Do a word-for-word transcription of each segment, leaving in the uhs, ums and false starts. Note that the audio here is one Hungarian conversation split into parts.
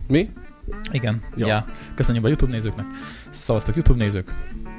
Mi? Igen. Ja. Ja. Köszönjük a YouTube nézőknek. Szavaztok YouTube nézők.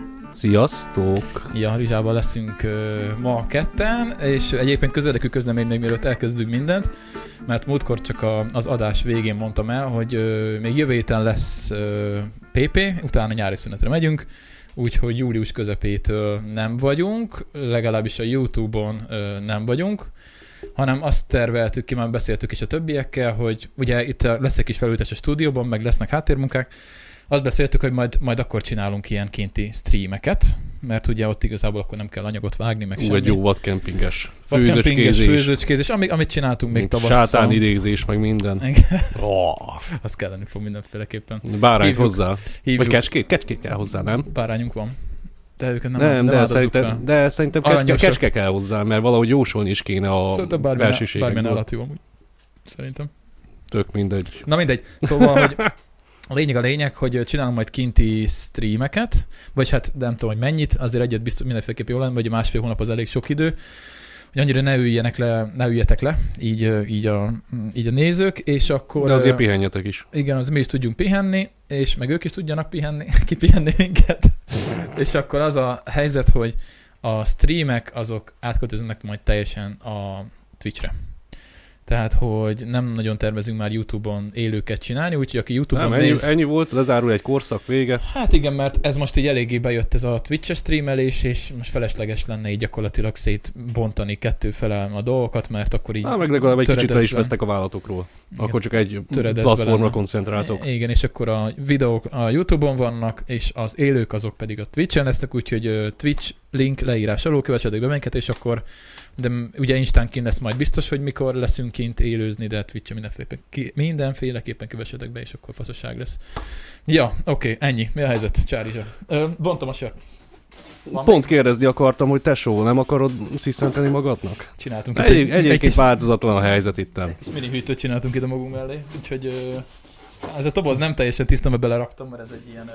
Sziasztok! Ja, Rizsában leszünk uh, ma ketten, és egyébként közérdekű közlemény még mielőtt elkezdünk mindent, mert múltkor csak a, az adás végén mondtam el, hogy uh, még jövő héten lesz uh, pé pé, utána nyári szünetre megyünk, úgyhogy július közepétől nem vagyunk, legalábbis a YouTube-on uh, nem vagyunk, hanem azt terveltük ki, már beszéltük is a többiekkel, hogy ugye itt lesz egy kis felültes a stúdióban, meg lesznek háttérmunkák. Azt beszéltük, hogy majd, majd akkor csinálunk ilyen kinti streameket, mert ugye ott igazából akkor nem kell anyagot vágni, meg Ú, semmi. egy jó vadkempinges, Vadkempinges, főzőcskézés, főzőcskézés, amit, amit csináltunk még tavasszal. sátán idégzés, meg minden. Oh. Az kelleni fog mindenféleképpen. Bárányt Hívjuk, hozzá. hívjuk. Vagy kecskét? Kecskét kell hozzá, nem? Bárányunk van. De őket nem, Nem, nem, de, nem szerintem, de szerintem kecske, kecske kell hozzá, mert valahogy jósolni is kéne a Szerintem bármilyen, belsőségekből. bármilyen állat jó amúgy. Szerintem. Tök mindegy. Na mindegy. Szóval, hogy a lényeg a lényeg, hogy csinálunk majd kinti streameket, vagy hát nem tudom, hogy mennyit, azért egyet biztos mindenféleképp jól lenne, vagy másfél hónap az elég sok idő, hogy annyira ne üljenek le, ne üljetek le, így, így, a, így a nézők, és akkor... De azért pihenjetek is. Igen, az mi is tudjunk pihenni, és meg ők is tudjanak pihenni, kipihenni minket. És akkor az a helyzet, hogy a streamek azok átköltöznek majd teljesen a Twitchre. Tehát, hogy nem nagyon tervezünk már YouTube-on élőket csinálni, úgyhogy aki YouTube-on nem, ennyi, néz... ennyi volt, lezárul egy korszak vége. Hát igen, mert ez most így eléggé bejött ez a Twitch-es streamelés, és most felesleges lenne így gyakorlatilag szétbontani kettő fele a dolgokat, mert akkor így... Há, meg legalább egy kicsit le is le. vesztek a vállalatokról. Igen. Akkor csak egy Töredezve platformra lenne. koncentráltok. Igen, és akkor a videók a YouTube-on vannak, és az élők azok pedig a Twitch-en lesznek, úgyhogy uh, Twitch link leírás alól kövessetek be minket, és akkor de ugye Instán kint lesz majd biztos, hogy mikor leszünk kint élőzni, de Twitch-en mindenféleképpen, ki, mindenféleképpen kövessetek be, és akkor faszaság lesz. Ja, oké, okay, ennyi. Mi a helyzet, Csárizsa? Bontom a sört. Van Pont még? kérdezni akartam, hogy tesó, nem akarod sziszenteni magadnak? Csináltunk Egy, itt egy, egyébként kis, változatlan a helyzet itten. egy kis mini hűtőt csináltunk ide magunk mellé, úgyhogy uh, ez a toboz nem teljesen tiszta, mert beleraktam, mert ez egy ilyen... Uh,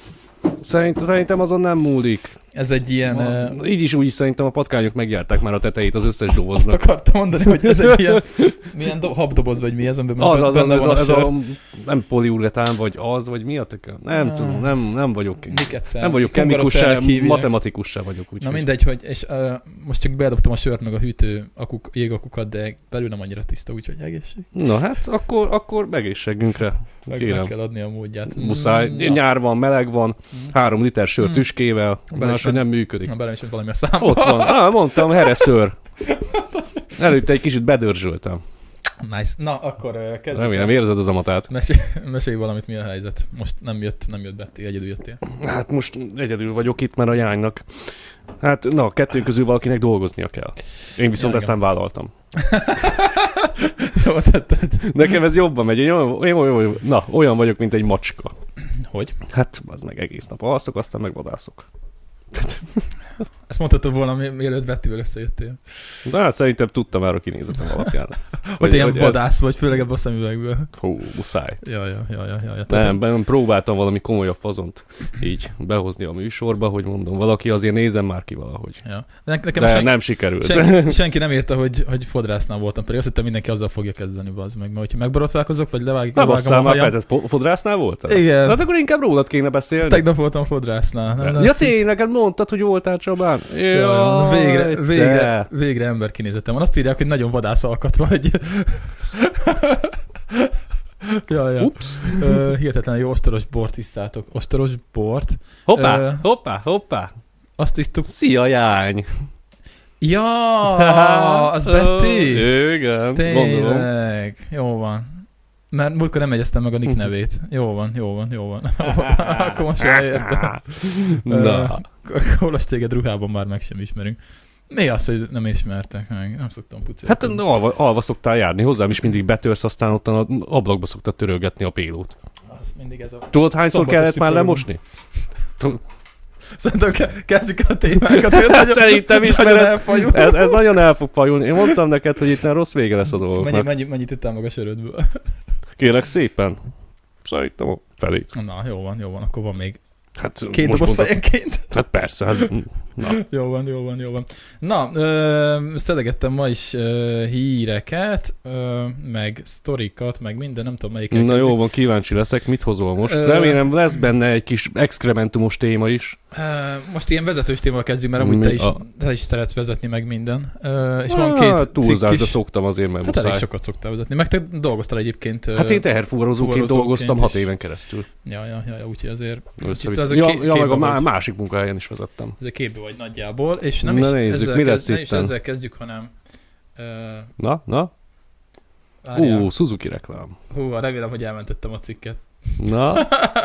Szerint, szerintem azon nem múlik. ez egy ilyen... Ma, Uh, így is úgy is szerintem a patkányok megjárták már a tetejét az összes azt, doboznak. azt akartam mondani, hogy ez egy ilyen... Milyen do, habdoboz, vagy mi ez, amiben Az, az, az, benne ez, van a, ez sör. a, nem poliuretán, vagy az, vagy mi a teke? Nem Ah. tudom, nem, nem vagyok. Miket szel? Nem vagyok chemikus se, Hungarocelnek hívják. matematikus se vagyok. Úgy Na mindegy, hogy, és uh, most csak bedobtam a sört meg a hűtő akuk, jégakukat, de belül nem annyira tiszta, úgyhogy egészség. Na hát, akkor, akkor egészségünkre. Meg, Kérem. meg kell adni a módját. Muszáj. Mm, Nyár van, meleg van, három liter sör Mm. tüskével, Bele is máshogy van. nem működik. Na belem is valami a számba. Ott van. Ah, mondtam, hereszőr. Előtte egy kicsit bedörzsöltem. Nice. Na, akkor uh, kezdjük. Remélem érzed az amatát. Mesélj, mesélj valamit, mi a helyzet. Most nem jött, nem jött Betty, egyedül jöttél. Hát most egyedül vagyok itt, mert a jánynak. Hát na, kettő közül valakinek dolgoznia kell. Én viszont Ja, ezt igen. nem vállaltam. Jó tetted. Nekem ez jobban megy. Én olyan, olyan, olyan, na, olyan vagyok, mint egy macska. Hogy? Hát, az meg egész nap alszok, aztán meg vadászok. Ezt mondhatod volna, mi- mielőtt Bettyvel összejöttél. De hát szerintem tudtam már a kinézetem alapján. Hogy ilyen ez- vadász vagy, főleg ebben a szemüvegből. Hú, muszáj. Ja, ja, ja, ja, ja. Nem, nem, próbáltam valami komolyabb fazont így behozni a műsorba, hogy mondom, valaki azért nézem már ki valahogy. Ja. De nekem De senki, nem sikerült. senki, senki nem érte, hogy, hogy fodrásznál voltam, pedig azt hittem mindenki azzal fogja kezdeni, bazd meg. Mert hogyha megborotválkozok, vagy levágjuk, Nem levágom basszál a már hajam. fel, tehát fodrásznál voltál? Igen. Hát akkor inkább rólad kéne beszélni. Tegnap voltam fodrásznál. Nem, nem, Ja tényleg, hát mondtad, hogy voltál Csabán. Ja, végre, Jaj, végre, te. végre ember kinézetem van. Azt írják, hogy nagyon vadász alkat vagy. ja, ja. Ups. Ö, hihetetlen jó osztoros bort iszátok. Osztoros bort. Hoppá, Ö, hoppá, hoppá. Azt isztuk. Szia, jány. Ja, az Betty? Ö, Igen, gondolom. Tényleg. Jó van. Mert múltkor nem jegyeztem meg a nick nevét. Jó van, jó van, jó van. Akkor most már értem. Na. Kolos téged ruhában már meg sem ismerünk. Mi az, hogy nem ismertek meg? Nem szoktam pucélni. Hát alva, alva szoktál járni, hozzám is mindig betörsz, aztán ott a ablakba szoktad törölgetni a pélót. Az mindig ez a... Tudod, hányszor szombatos kellett már sziporú. lemosni? Szerintem ke- kezdjük el a témákat. Szerintem is, Nagyon mert ez, elfajul. ez, ez nagyon el fog fajulni. Én mondtam neked, hogy itt nem rossz vége lesz a Mennyi, dolgoknak. mennyi, mennyit ittál meg a sörödből? Kérlek szépen. Szerintem a felét. Na, jó van, jó van, akkor van még Hát két most doboz mondod- fejenként. Hát persze, hát Na. Jó van, jó van, jó van. Na, ö, szedegettem ma is ö, híreket, ö, meg sztorikat, meg minden, nem tudom melyiket. Na jó van, kíváncsi leszek, mit hozol most? Ö... Remélem lesz benne egy kis exkrementumos téma is. Ö, most ilyen vezetős témával kezdjük, mert amúgy Mi te is, a... te is szeretsz vezetni meg minden. Ö, és van Ah, két túlzás, cikk de is. szoktam azért, mert Hát muszáj. elég sokat szoktál vezetni. Meg te dolgoztál egyébként. Hát én teherfuvarozóként fuvarozóként dolgoztam is. hat éven keresztül. Ja, ja, ja, ja úgyhogy azért... Össze-vissza. az a Ja, ké- ja meg a képbe má- vagy. másik munkahelyen is vezettem. Ez egy képbe vagy nagyjából, és nem Na is, nézzük, ezzel, mi kezd, lesz nem is itten? ezzel kezdjük, hanem... Uh, Na, na? Ú, Suzuki reklám. Hú, remélem, hogy elmentettem a cikket. Na,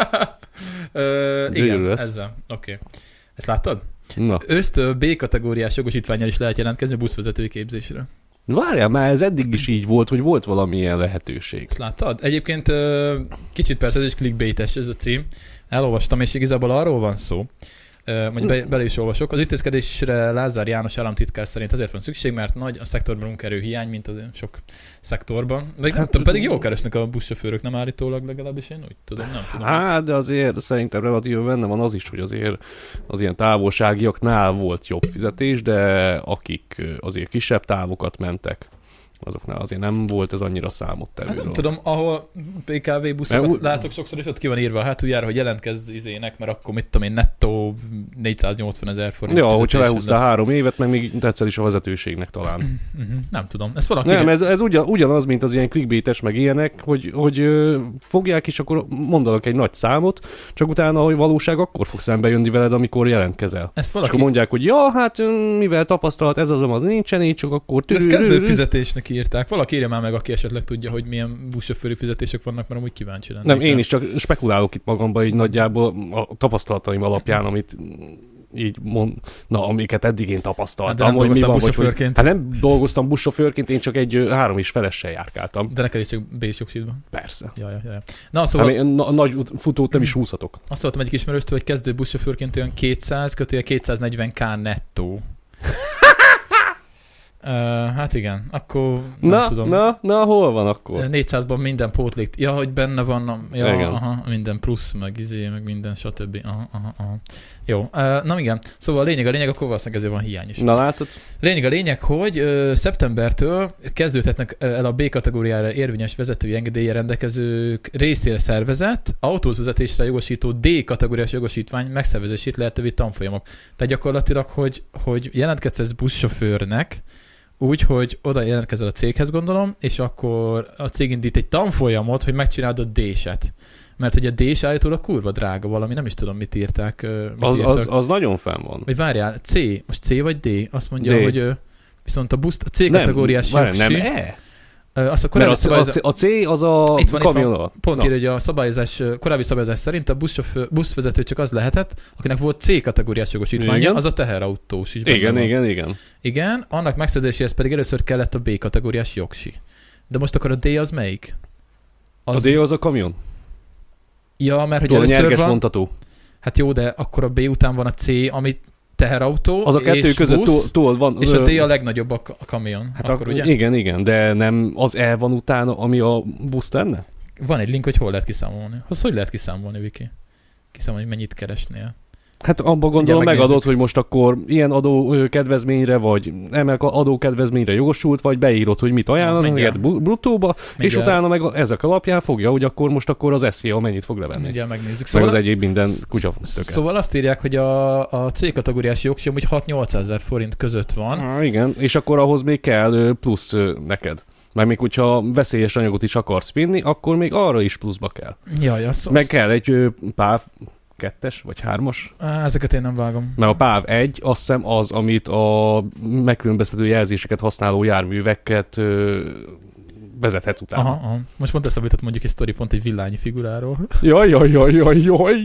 uh, Gyönyörű igen, lesz. ezzel. Oké. Okay. Ezt láttad? na. Ősztől B-kategóriás jogosítvánnyal is lehet jelentkezni a buszvezetői képzésre. Várjál, már ez eddig is így volt, hogy volt valamilyen lehetőség. Ezt láttad? Egyébként uh, kicsit persze ez is clickbaites ez a cím. Elolvastam, és igazából arról van szó, Uh, mondjuk be, bele is olvasok. Az intézkedésre Lázár János államtitkár szerint azért van szükség, mert nagy a szektorban munkaerő hiány, mint az sok szektorban. Meg nem Hát, tudom, pedig jól keresnek a buszsofőrök, nem állítólag legalábbis én úgy tudom, nem tudom. Hát, de azért szerintem relatíve benne van az is, hogy azért az ilyen távolságiaknál volt jobb fizetés, de akik azért kisebb távokat mentek, azoknál azért nem volt ez annyira számottevő. Hát nem tudom, ahol pé ká vé buszokat Mert úgy- látok sokszor, és ott ki van írva a hátuljára, hogy jelentkezz izének, mert akkor mit tudom én, nettó négyszáznyolcvan ezer forint. Ja, hogyha fizetéshez lehúztál lesz. három évet, meg még tetszed is a vezetőségnek talán. Mhm, nem tudom. Ez valaki... Nem, ez, ez ugyan, ugyanaz, mint az ilyen clickbaites, meg ilyenek, hogy, hogy ö, fogják és akkor mondanak egy nagy számot, csak utána, hogy valóság, akkor fog szembe jönni veled, amikor jelentkezel. Ezt És valaki... akkor mondják, hogy ja, hát ö, mivel tapasztalat, ez az, az nincsen, így csak akkor... De ezt tűrűrűrű. kezdőfizetésnek írták. Valaki írja már meg, aki esetleg tudja, hogy milyen buszsofőri fizetések vannak, mert amúgy kíváncsi lennék. Nem, én is csak spekulálok itt magamban, így nagyjából a tapasztalataim alapján, amit így mond, na, amiket eddig én Hát de tapasztaltam, nem hogy mi dolgoztál van, vagy hogy... buszsofőrként. Hát nem dolgoztam buszsofőrként, én csak egy ö, három és felessel járkáltam. De neked is csak B-s jogsidban. Persze. Ja, ja, ja. Na, szóval Hát, na, nagy út- futót nem is húzhatok. azt mondtam egyik ismerőstől, hogy kezdő buszsofőrként olyan kétszáz, kötője kétszáznegyven k nettó. Uh, hát igen, akkor nem Na, tudom. na, na, hol van akkor? négyszázban minden pótlék. Ja, hogy benne van, a, ja, Igen. aha, minden plusz, meg izé, meg minden, stb. Aha, aha, aha. Jó, uh, na igen. Szóval a lényeg a lényeg, akkor valószínűleg ezért van hiány is. Na látod? Lényeg a lényeg, hogy ö, szeptembertől kezdődhetnek ö, el a B-kategóriára érvényes vezetői engedélye rendelkezők részére szervezett, autóvezetésre jogosító D-kategóriás jogosítvány megszervezését lehetővé tanfolyamok. Tehát gyakorlatilag, hogy, hogy jelentkezz buszsofőrnek, úgy, hogy oda jelentkezel a céghez, gondolom, és akkor a cég indít egy tanfolyamot, hogy megcsináld a D-set. Mert hogy a D-s állítólag kurva drága valami, nem is tudom, mit írták. ö, Mit Az, írtak. az, az nagyon fenn van. Vagy várjál, C, most C vagy D? Azt mondja, D. hogy ö, viszont a busz, a C-kategóriás nem, jogsi, várj, nem, E. ö, azt a Mert korábbi a, C- a, szabályozás, C, a C az a Itt van, itt kamion van. alatt. pont Na. írja, hogy a szabályozás, ö, korábbi szabályozás szerint a buszsofőr, buszvezető csak az lehetett, akinek volt C-kategóriás jogosítványa, Igen. az a teherautós is benne Igen, van. igen, igen. Igen, annak megszerzéséhez pedig először kellett a B-kategóriás jogsi. De most akkor a D az melyik? Az... A D az a kamion. Ja, mert hogy Tudod, a először nyerges van, vontató. hát jó, de akkor a B után van a C, ami teherautó, Az a kettő és között busz, túl, túl van. és a D ö, a legnagyobb a, a kamion. Hát akkor, ak- ugye? igen, igen, de nem az E van utána, ami a busz lenne? Van egy link, hogy hol lehet kiszámolni. Az hogy lehet kiszámolni, Viki? Kiszámolni, hogy mennyit keresnél. Hát abba gondolom Mindjárt megadod, megnézzük. hogy most akkor ilyen adó ö, kedvezményre, vagy emelk adó kedvezményre jogosult, vagy beírod, hogy mit ajánlanak Mindjárt. neked bru- bruttóba, és Mindjárt. utána meg a- ezek alapján fogja, hogy akkor most akkor az es zé á mennyit fog levenni. Mindjárt megnézzük. Meg Szóval, az egyéb minden sz- kutya sz- töke. szóval azt írják, hogy a, a C-kategóriás jogsi amúgy hat-nyolcezer forint között van. Ah, igen, és akkor ahhoz még kell ö, plusz ö, neked. Mert még hogyha veszélyes anyagot is akarsz vinni, akkor még arra is pluszba kell. Jaj, az, Meg kell egy ö, páv kettes vagy hármas, Á, ezeket én nem vágom. mert a páv egy azt hiszem az, amit a megkülönböztető jelzéseket használó járműveket ö, vezethetsz utána. Aha, aha. Most pont eszembe jutott mondjuk egy sztori pont egy villányi figuráról. Jaj, jaj, jaj, jaj, jaj.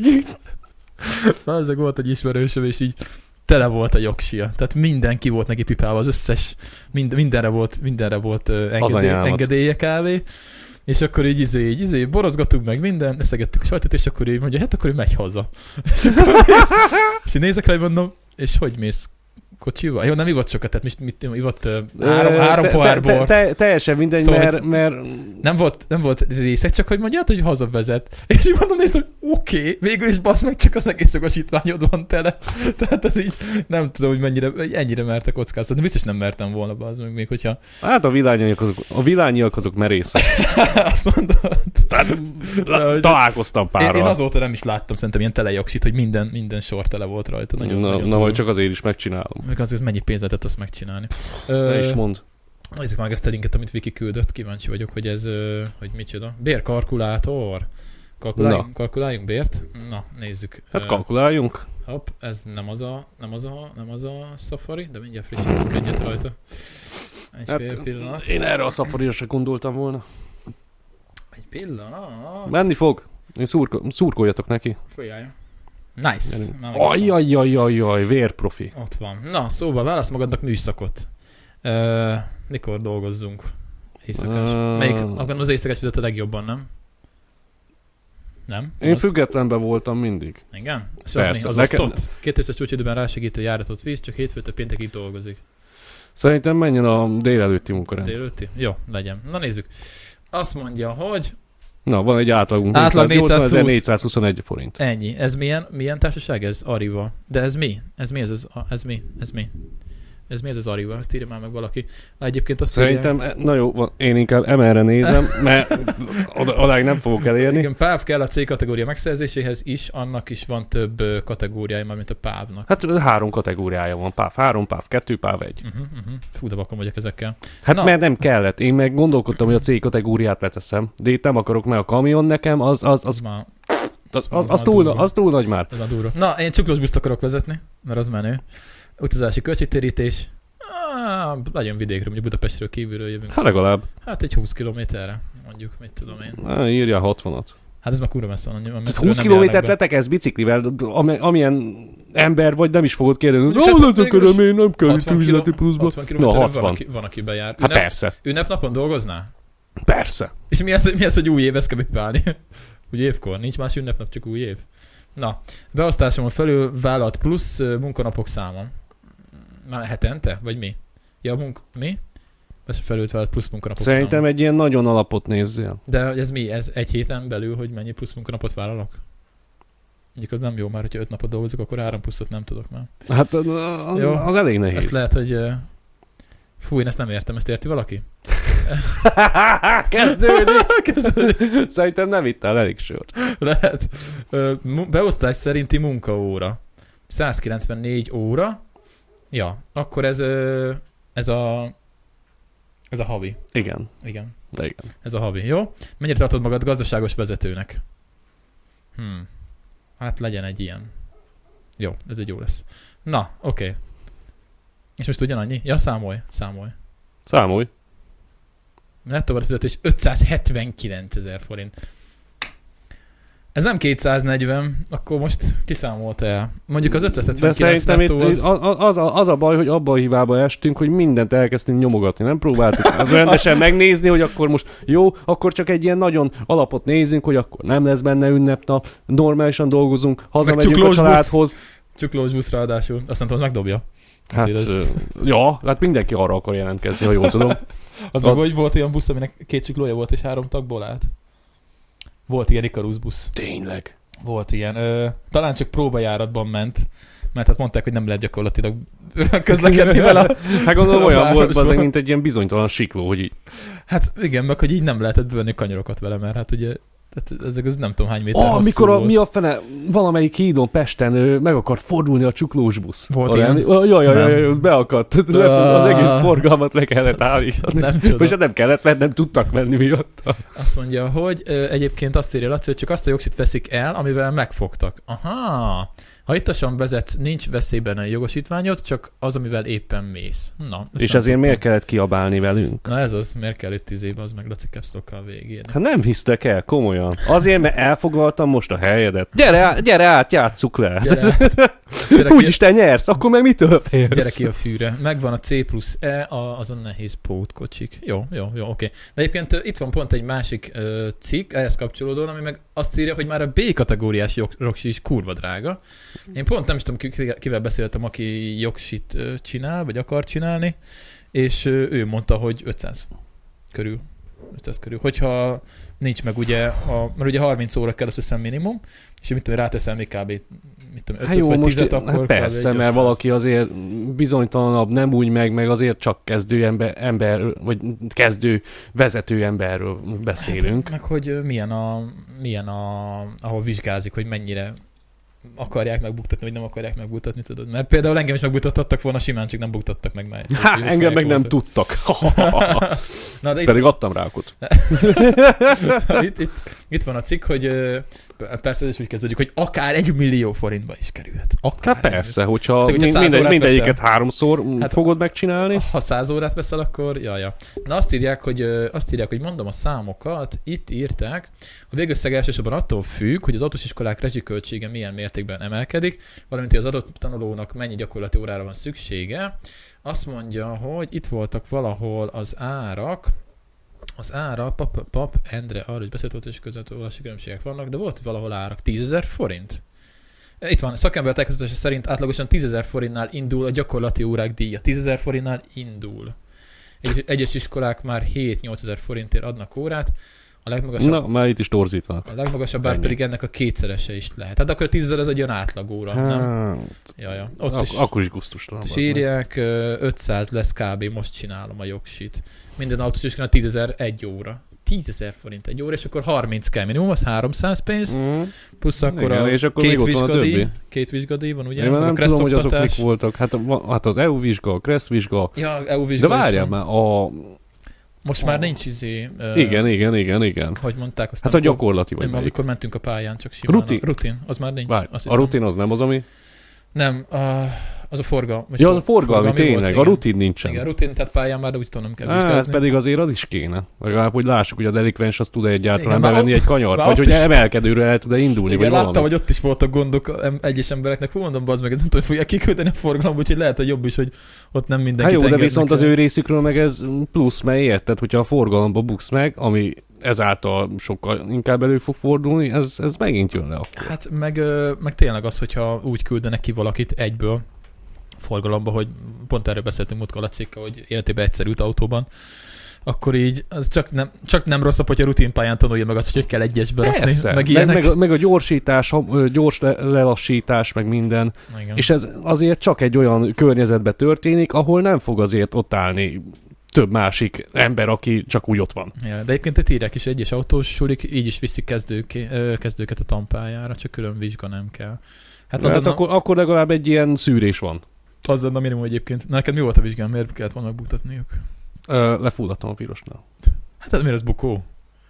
Na, ezek volt egy ismerősöm, és így tele volt a jogsia. Tehát mindenki volt neki pipálva, az összes, mind, mindenre volt, mindenre volt uh, engedély, anyámat. engedélye kávé. És akkor így izé, így izé, borozgattuk meg minden, eszegettük a sajtot, és akkor így mondja, hát akkor ő megy haza. És akkor és, és így nézek rá, hogy mondom, és hogy mész? kocsival? Jó, nem ivott sokat, tehát mit, mit ivott uh, három, három pohár bort. Te, te, teljesen mindegy, szóval, mert, mert... Nem volt, nem volt részek, csak hogy mondja, hogy hazavezet. És így mondom, néztem, hogy oké, okay, végül is basz meg, csak az egész jogosítványod van tele. Tehát az így, nem tudom, hogy mennyire, ennyire merte kockáztatni. Biztos nem mertem volna, bazd meg, még hogyha... Hát a villányiak azok, a villányiak azok merészek. Azt mondod. Tehát, találkoztam párral. Én, én azóta nem is láttam szerintem ilyen telejogsit, hogy minden, minden sor tele volt rajta. Nagyon, na, nagyon na majd csak azért is megcsinálom. Meg az, az mennyi pénzt lehetett azt megcsinálni. Te Ö... is mondd. Nézzük meg ezt a linket, amit Viki küldött. Kíváncsi vagyok, hogy ez, hogy micsoda. Bérkalkulátor. Kalkuláljunk, kalkuláljunk bért? Na, nézzük. Hát kalkuláljunk. Hopp, ez nem az a, nem az a, nem az a Safari, de mindjárt frissítünk egyet rajta. Egy hát fél pillanat. Én erre a Safari-ra se gondoltam volna. Egy pillanat. Menni fog. Én szurko, szurkoljatok neki. Följállja. Nice. Ajjajjajjaj, vérprofi. Ott van. Na, szóval válasz magadnak műszakot. Uh, mikor dolgozzunk? Éjszakás. Uh... Melyik? Akkor az éjszakás videót a legjobban, nem? Nem? Én az... függetlenben voltam mindig. Igen? És persze. Az, az nekem... osztott? Két részes csúcsidőben rásegítő járatot víz, csak hétfőtől péntekig dolgozik. Szerintem menjen a délelőtti munkarend. Délelőtti? Jó, legyen. Na nézzük. Azt mondja, hogy... Na, van egy átlagunk. Átlag négyszázhuszonegy forint. Ennyi. Ez milyen, milyen társaság ez? Arriva. De ez mi? Ez mi? Ez, ez, ez mi? Ez mi? Ez mi ez az Arriva? Ezt írja már meg valaki. Egyébként azt Szerintem, írja... na jó, én inkább emelre nézem, mert oda, odáig nem fogok elérni. Igen, páv kell a C kategória megszerzéséhez is, annak is van több kategóriája, már mint a pávnak. Hát három kategóriája van, páv három, páv kettő, páv egy. Uh-huh, uh-huh. Fú, de vakon vagyok ezekkel. Hát na. Mert nem kellett. Én meg gondolkodtam, hogy a C kategóriát leteszem, de itt nem akarok, mert a kamion nekem, az, az, az, már... az, az, az, túl, az túl nagy már. Az durva. Na, én csuklós buszt akarok vezetni, mert az menő. Utazási költségtérítés. Ah, nagyon vidékről, mondjuk Budapestről kívülről jövünk. Hát legalább. Hát egy húsz kilométerre, mondjuk, mit tudom én. Na, írja hatvanat. Hát ez már kurva messze. húsz kilométert letekezz biciklivel, amilyen ember vagy, nem is fogod kérdezni. Hát, hát, akarom, én nem kell itt üzleti pluszba. Na, hatvan. Van, aki, van, aki bejár. Hát Ünnep, persze. Ünnepnapon dolgoznál? Persze. És mi az, mi az, hogy új év, ezt kell bepálni? Úgy évkor, nincs más ünnepnap, csak új év. Na, beosztásomon felül vállalt plusz munkanapok száma. Már hetente? Vagy mi? Ja, munk... Mi? Ez felült vállalt plusz munkanapok Szerintem száma. egy ilyen nagyon alapot nézzél. De ez mi? Ez egy héten belül, hogy mennyi plusz munkanapot vállalok? Mondjuk az nem jó már, hogyha öt napot dolgozok, akkor három pluszot nem tudok már. Hát az, jó, az elég nehéz. Ezt lehet, hogy... Fú, én ezt nem értem. Ezt érti valaki? Kezdődik! Kezdődik! Szerintem nem ittál elég sört. Lehet. Beosztás szerinti munkaóra. százkilencvennégy óra. Ja, akkor ez, ez a ez a havi. Igen. Igen. Igen. Ez a havi, jó? Mennyire tartod magad gazdaságos vezetőnek? Hmm. Hát legyen egy ilyen. Jó, ez egy jó lesz. Na, oké. Okay. És most ugyanannyi? Ja, számolj, számolj. Számolj. Nettó fizetés ötszázhetvenkilencezer forint. Ez nem kétszáznegyven, akkor most kiszámolt el. Mondjuk az ötszázhetvenkilenc nettó az... Itt, az, a, az a baj, hogy abba a hibába estünk, hogy mindent elkezdtünk nyomogatni. Nem próbáltuk rendesen megnézni, hogy akkor most jó, akkor csak egy ilyen nagyon alapot nézzünk, hogy akkor nem lesz benne ünnepnap, normálisan dolgozunk, hazamegyünk a családhoz. Csuklós busz ráadásul. Azt mondtam, az megdobja. Hát, ez... ja, hát mindenki arra akar jelentkezni, ha jól tudom. az, az meg, hogy volt olyan busz, aminek két csuklója volt és három tagból állt. Volt ilyen Icarus busz. Tényleg? Volt ilyen. Ö, talán csak próbajáratban ment, mert hát mondták, hogy nem lehet gyakorlatilag közlekedni vele. Hát gondolom olyan volt, az, mint egy ilyen bizonytalan sikló, hogy így. Hát igen, meg hogy így nem lehetett bővenni kanyarokat vele, mert hát ugye tehát ezek az nem tudom hány méter oh, mikor a, mi a fene, valamelyik hídon Pesten ő, meg akart fordulni a csuklós busz. Volt ilyen? Jaj, jaj, jaj, jaj, az beakadt. Az egész forgalmat le kellett állítani. Nem és nem kellett, mert nem tudtak menni miatta. Azt mondja, hogy ö, egyébként azt írja Laci, hogy csak azt a jogsit veszik el, amivel megfogtak. Aha! Ha ittasan vezetsz, nincs veszélyben a jogosítványod, csak az, amivel éppen mész. Na, és ezért tudtam. Miért kellett kiabálni velünk? Na ez az, miért kell itt tíz év, az meg Laci capslokkal végigírni. Hát nem hisztek el, komolyan. Azért, mert elfoglaltam most a helyedet. Gyere, át, gyere át, játsszuk le. Gyere át. Úgyis te nyersz, akkor meg mitől félsz? Gyere ki a fűre. Megvan a C plusz E, a, az a nehéz pótkocsik. Jó, jó, jó, oké. De egyébként itt van pont egy másik uh, cikk, ehhez kapcsolódóan, ami meg azt írja, hogy már a B kategóriás jogsi is kurva drága. Én pont nem is tudom, kivel beszéltem, aki jogsit uh, csinál, vagy akar csinálni, és uh, ő mondta, hogy ötszáz körül. ötszáz körül. Hogyha nincs meg ugye, a, mert ugye harminc óra kell, azt hiszem minimum, és mit tudom, ráteszel még kb. Mit tudom, ötöt vagy tízet, akkor hát persze, mert valaki azért bizonytalanabb, nem úgy meg, meg azért csak kezdő ember, ember vagy kezdő vezető emberről beszélünk. Hát, meg hogy milyen a, milyen a, ahol vizsgázik, hogy mennyire akarják megbuktatni, vagy nem akarják megbuktatni, tudod? Mert például engem is megbuktattak volna, simán csak nem buktattak meg már. Há, engem meg voltak. Nem tudtak. Na, de itt... Pedig adtam rákot. itt, itt, itt van a cikk, hogy persze ez is úgy kezdődik, hogy akár egy millió forintba is kerülhet. Akár hát persze, egy... hogyha, hogyha mind, minden, mindegyiket háromszor hát, fogod megcsinálni. Ha száz órát veszel, akkor jaja. Na azt írják, hogy, azt írják, hogy mondom a számokat, itt írták, a végösszeg elsősorban attól függ, hogy az autós iskolák rezsiköltsége milyen mértékben emelkedik, valamint hogy az adott tanulónak mennyi gyakorlati órára van szüksége. Azt mondja, hogy itt voltak valahol az árak, az ára, pap, pap Endre, arra is beszélt volt, és között órási különbségek vannak, de volt valahol árak, tízezer forint. Itt van, szakember tájékoztatása szerint átlagosan tízezer forintnál indul a gyakorlati órák díja. tízezer forintnál indul. Egy, egyes iskolák már hét-nyolcezer forintért adnak órát, a legmagasabb... Na, már itt is torzítanak. A legmagasabb ár pedig ennek a kétszerese is lehet. Hát akkor a tízezer ez egy olyan átlagóra, hát, nem? Jaja. Ott ak- is, akkor is gusztustalan. És írják, ötszáz lesz kb. Most csinálom a jogsit. Minden autós iskolán tízezer egy óra. tízezer forint egy óra, és akkor harminc kell minimum, az háromszáz pénz, mm. plusz akkor igen, a és akkor két vizsgadíj, két vizsgadíj van, ugye? Én nem tudom, hogy azok mik voltak. Hát, hát az é u vizsga, a Kressz vizsga. Ja, é u vizsga. De várjál már, a... Most a... már nincs izé... Uh, igen, igen, igen, igen. Hogy mondták azt? Hát a gyakorlati vagy melyik. Amikor mentünk a pályán, csak simán. Rutin. A rutin, az már nincs. Várj, a rutin az nem az, ami... Nem, uh, az a forgalmi. Ja, az a forgalmi, forgalmi tényleg, volt, a rutin nincsen. Igen, a rutin, tehát pályán már, de úgy tudom, nem kell vizsgázni. Hát pedig azért az is kéne. Legalább, hogy lássuk, hogy a delikvens az tud egyáltalán bevenni egy kanyart, vagy hogy is... emelkedőről el tud-e indulni, igen, vagy láttam, hogy ott is voltak gondok egyes embereknek. Hú, mondom, bazd meg, ez nem tudom, hogy fogják kiküldeni a forgalomba, úgyhogy lehet, hogy jobb is, hogy ott nem mindenkit hát jó, de viszont el. Az ő részükről meg ez plusz, mert érted, hogyha a forgalomba buksz meg, ami ezáltal sokkal inkább elő fog fordulni, ez, ez megint jön le akkor. Hát meg, meg tényleg az, hogyha úgy küldenek ki valakit egyből forgalomba, hogy pont erről beszéltünk múltkor a cikka, hogy életében egyszer ült autóban, akkor így az csak nem, csak nem rosszabb, hogy a rutinpályán tanulja meg azt, hogy hogy kell egyesbe rakni. Persze, meg, meg, meg, meg a gyorsítás, gyors lelassítás, meg minden. Igen. És ez azért csak egy olyan környezetben történik, ahol nem fog azért ott állni több másik ember, aki csak úgy ott van. Ja, de egyébként itt írják is, egyes autós sulik így is viszik kezdők, kezdőket a tanpályára, csak külön vizsga nem kell. Hát, hát akkor, a... akkor legalább egy ilyen szűrés van. Az lenne a minimum egyébként. Na, neked mi volt a vizsgán? Miért kellett volna megbuktatniuk? Ö, lefulladtam a pirosnál. Hát ez miért ez bukó?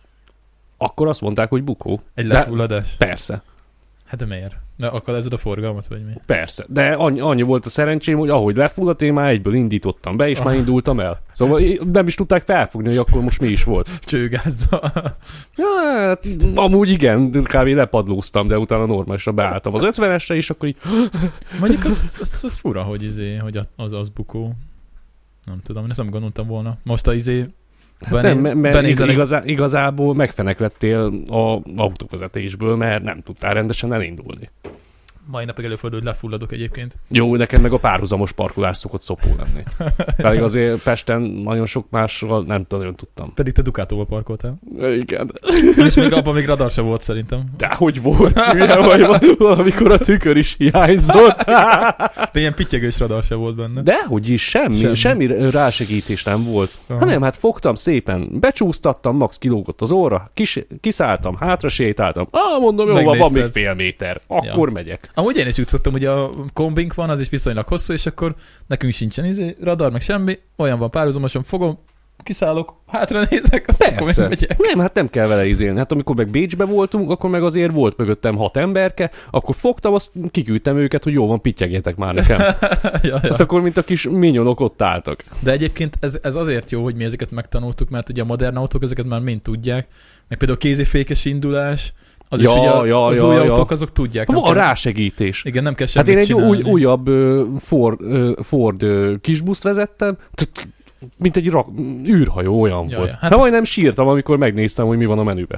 Akkor azt mondták, hogy bukó. Egy lefulladás? De, persze. Hát de miért? De akadályozod a forgalmat, vagy mi? Persze, de annyi, annyi volt a szerencsém, hogy ahogy lefulladt, én már egyből indítottam be, és ah. már indultam el. Szóval nem is tudták felfogni, hogy akkor most mi is volt. Csőgázza. Ja, hát, amúgy igen, kb. Lepadlóztam, de utána normálisra beálltam az ötvenesre, és akkor így... Mondjuk az, az, az fura, hogy, izé, hogy az az bukó. Nem tudom, én ezt nem gondoltam volna. Most a izé... Bené- nem, mert benézelek... igazá, igazából megfeneklettél az autóvezetésből, mert nem tudtál rendesen elindulni. Mai napig előfordul, hogy lefulladok egyébként. Jó, nekem meg a párhuzamos parkolás szokott szopó lenni. Pedig azért Pesten nagyon sok másról nem nagyon tudtam. Pedig te Ducatóval parkoltál. Igen. És még abban még radar sem volt szerintem. De hogy volt? Vagy valamikor a tükör is hiányzott. De ilyen pittyegős radar sem volt benne. Dehogy is, semmi, semmi, semmi rásegítés nem volt. Aha. Hanem hát fogtam szépen, becsúsztattam, max kilógott az óra, kis, kiszálltam, hátra sétáltam. Ah, mondom, jó, van, van még fél méter. Akkor ja. megyek. Amúgy én is úgy szoktam, hogy a kombink van, az is viszonylag hosszú, és akkor nekünk sincsen izé, radar, meg semmi, olyan van párhuzamosan, fogom, kiszállok, hátra nézek, aztán akkor még megyek. Nem, hát nem kell vele izélni. Hát amikor meg Bécsbe voltunk, akkor meg azért volt mögöttem hat emberke, akkor fogtam, azt kiküldtem őket, hogy jó van, pittyegjetek már nekem. ja, ja. Azt akkor, mint a kis minyonok ott álltak. De egyébként ez, ez azért jó, hogy mi ezeket megtanultuk, mert ugye a modern autók ezeket már mind tudják, meg például kézifékes indulás, Az ja, is ugye a, ja, az ja, új ja. autók azok tudják. Van kell, rásegítés. Igen, nem kell Hát semmit én egy csinálni. új, újabb uh, Ford, uh, Ford uh, kisbuszt vezettem, mint egy rak, űrhajó olyan ja, volt. Ja, hát hát majdnem sírtam, amikor megnéztem, hogy mi van a menübe.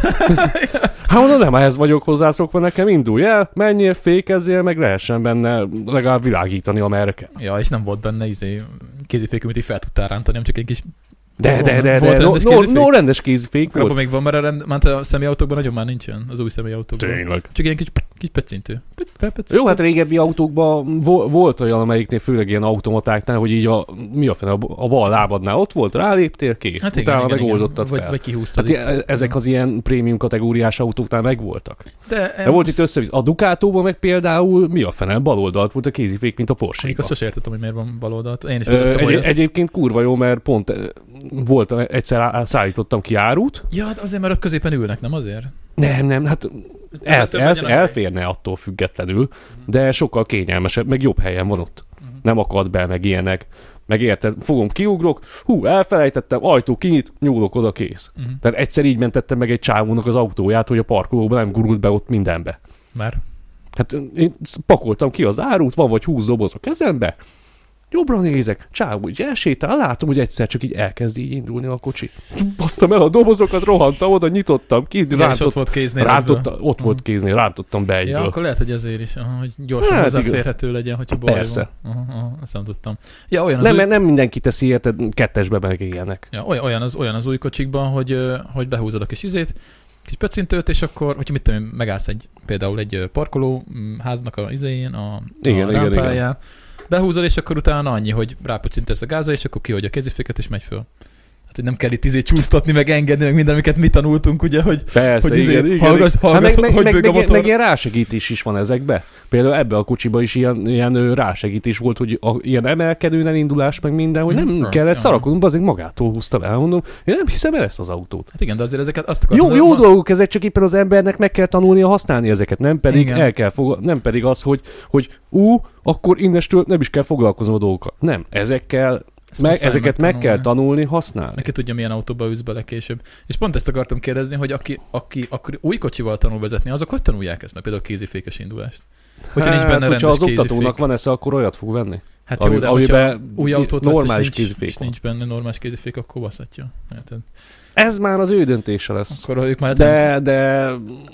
Hát mondom, nem ehhez vagyok hozzászokva, nekem indulj el, menjél, fékezzél, meg lehessen benne legalább világítani, amerre kell. Ja, és nem volt benne izé, kézifék, amit így fel tudtál rántani, nem csak egy kis... De, de, de, volt de, no, rendes no, kézifék? no, rendes kézifék volt. Abban még van, mert a, rend, mert a személyautókban nagyon már nincsen, az új személyautókban. Tényleg. Csak ilyen kis, kis pecintő. Jó, hát régebbi autókban vo- volt olyan, amelyiknél főleg ilyen automatáknál, hogy így a, mi a fene, a, a bal lábadnál ott volt, ráléptél, kész. Hát igen, utána igen, megoldottad igen. fel. Vagy, vagy kihúztad. Hát itt, ezek az ilyen prémium kategóriás autóknál megvoltak. De, De volt itt összevisz. A Ducatóban meg például mi a fene, bal oldalt volt a kézifék, mint a Porsche-ban. Még azt sosem értettem, hogy miért van bal oldalt. Én is Ö, vezettem egy, olyat. egyébként kurva jó, mert pont ö, volt, egyszer á- szállítottam ki árut. Ja, hát azért, mert ott középen ülnek, nem azért? Nem, nem, hát el, több el, legyen a hely. elférne attól függetlenül, de sokkal kényelmesebb, meg jobb helyen van ott. Uh-huh. Nem akad be, meg ilyenek. Meg érted, fogom, kiugrok, hú, elfelejtettem, ajtó kinyit, nyúlok oda, kész. Uh-huh. Tehát egyszer így mentettem meg egy csávónak az autóját, hogy a parkolóban nem gurult be ott mindenbe. Már? Hát én pakoltam ki az árut, van vagy húsz doboz a kezembe, jobbra nézek, csávó így elsétál, látom, hogy egyszer csak így elkezd így indulni a kocsi. Basztam el a dobozokat, rohantam oda, nyitottam ki, Igen, és ott volt kéznél. rántottam, ott volt kéznél, rántottam be egyből. Ja, akkor lehet, hogy ezért is, aha, hogy gyorsan Hát, hozzáférhető legyen, hogyha baj Persze. van. Aha, aha, azt nem tudtam. Ja, olyan az Nem, új... mert nem mindenki teszi, érted, kettesbe meg ilyenek. Ja, olyan, olyan, az, olyan az új kocsikban, hogy, ö, hogy behúzod a kis izét, kis pöccintőt, és akkor, hogyha mit tudom én, megállsz egy, például egy ö, parkoló m, háznak a izén, a, Igen, a igen, rámpáján, behúzod, és akkor utána annyi, hogy rápöccintesz a gázra, és akkor kihagyja a kéziféket, és megy föl. Hát, hogy nem kell itt izé csúsztatni, meg engedni, meg minden, amiket mi tanultunk, ugye, hogy, Persze, hogy izé, igen, igen. hallgass, hallgass, Hát meg, hogy meg, bőg a meg, meg, motor. meg ilyen rásegítés is van ezekbe. Például ebbe a kocsiba is ilyen, ilyen ö, rásegítés volt, hogy a, ilyen emelkedőn elindulás, meg minden, hogy nem Mhm, kellett persze, szarakodnunk, azért magától húzta el, mondom, én nem hiszem el ezt az autót. Hát igen, de azért ezeket azt akartam. Jó, jó dolgok ezek, csak éppen az embernek meg kell tanulnia használni ezeket, nem pedig Igen. el kell fog, nem pedig az, hogy, hogy ú, akkor innestől nem is kell foglalkoznom a dolgokkal. Nem, ezekkel, meg, muszáj ezeket meg kell megtanulni. tanulni, használni. Neki tudja, milyen autóba ülsz bele később. És pont ezt akartam kérdezni, hogy aki, aki akkor új kocsival tanul vezetni, azok hogy tanulják ezt meg? Például a kézifékes indulást. Hogyha nincs benne hát, hogyha rendes az oktatónak kézifék. van esze, akkor olyat fog venni. Hát Ami- jó, de amiben hogyha új autót vesz, normális és nincs, kézifék és van. nincs benne normális kézifék, akkor baszhatja. Érted? Ez már az ő döntése lesz. Akkor ők már nem, De, de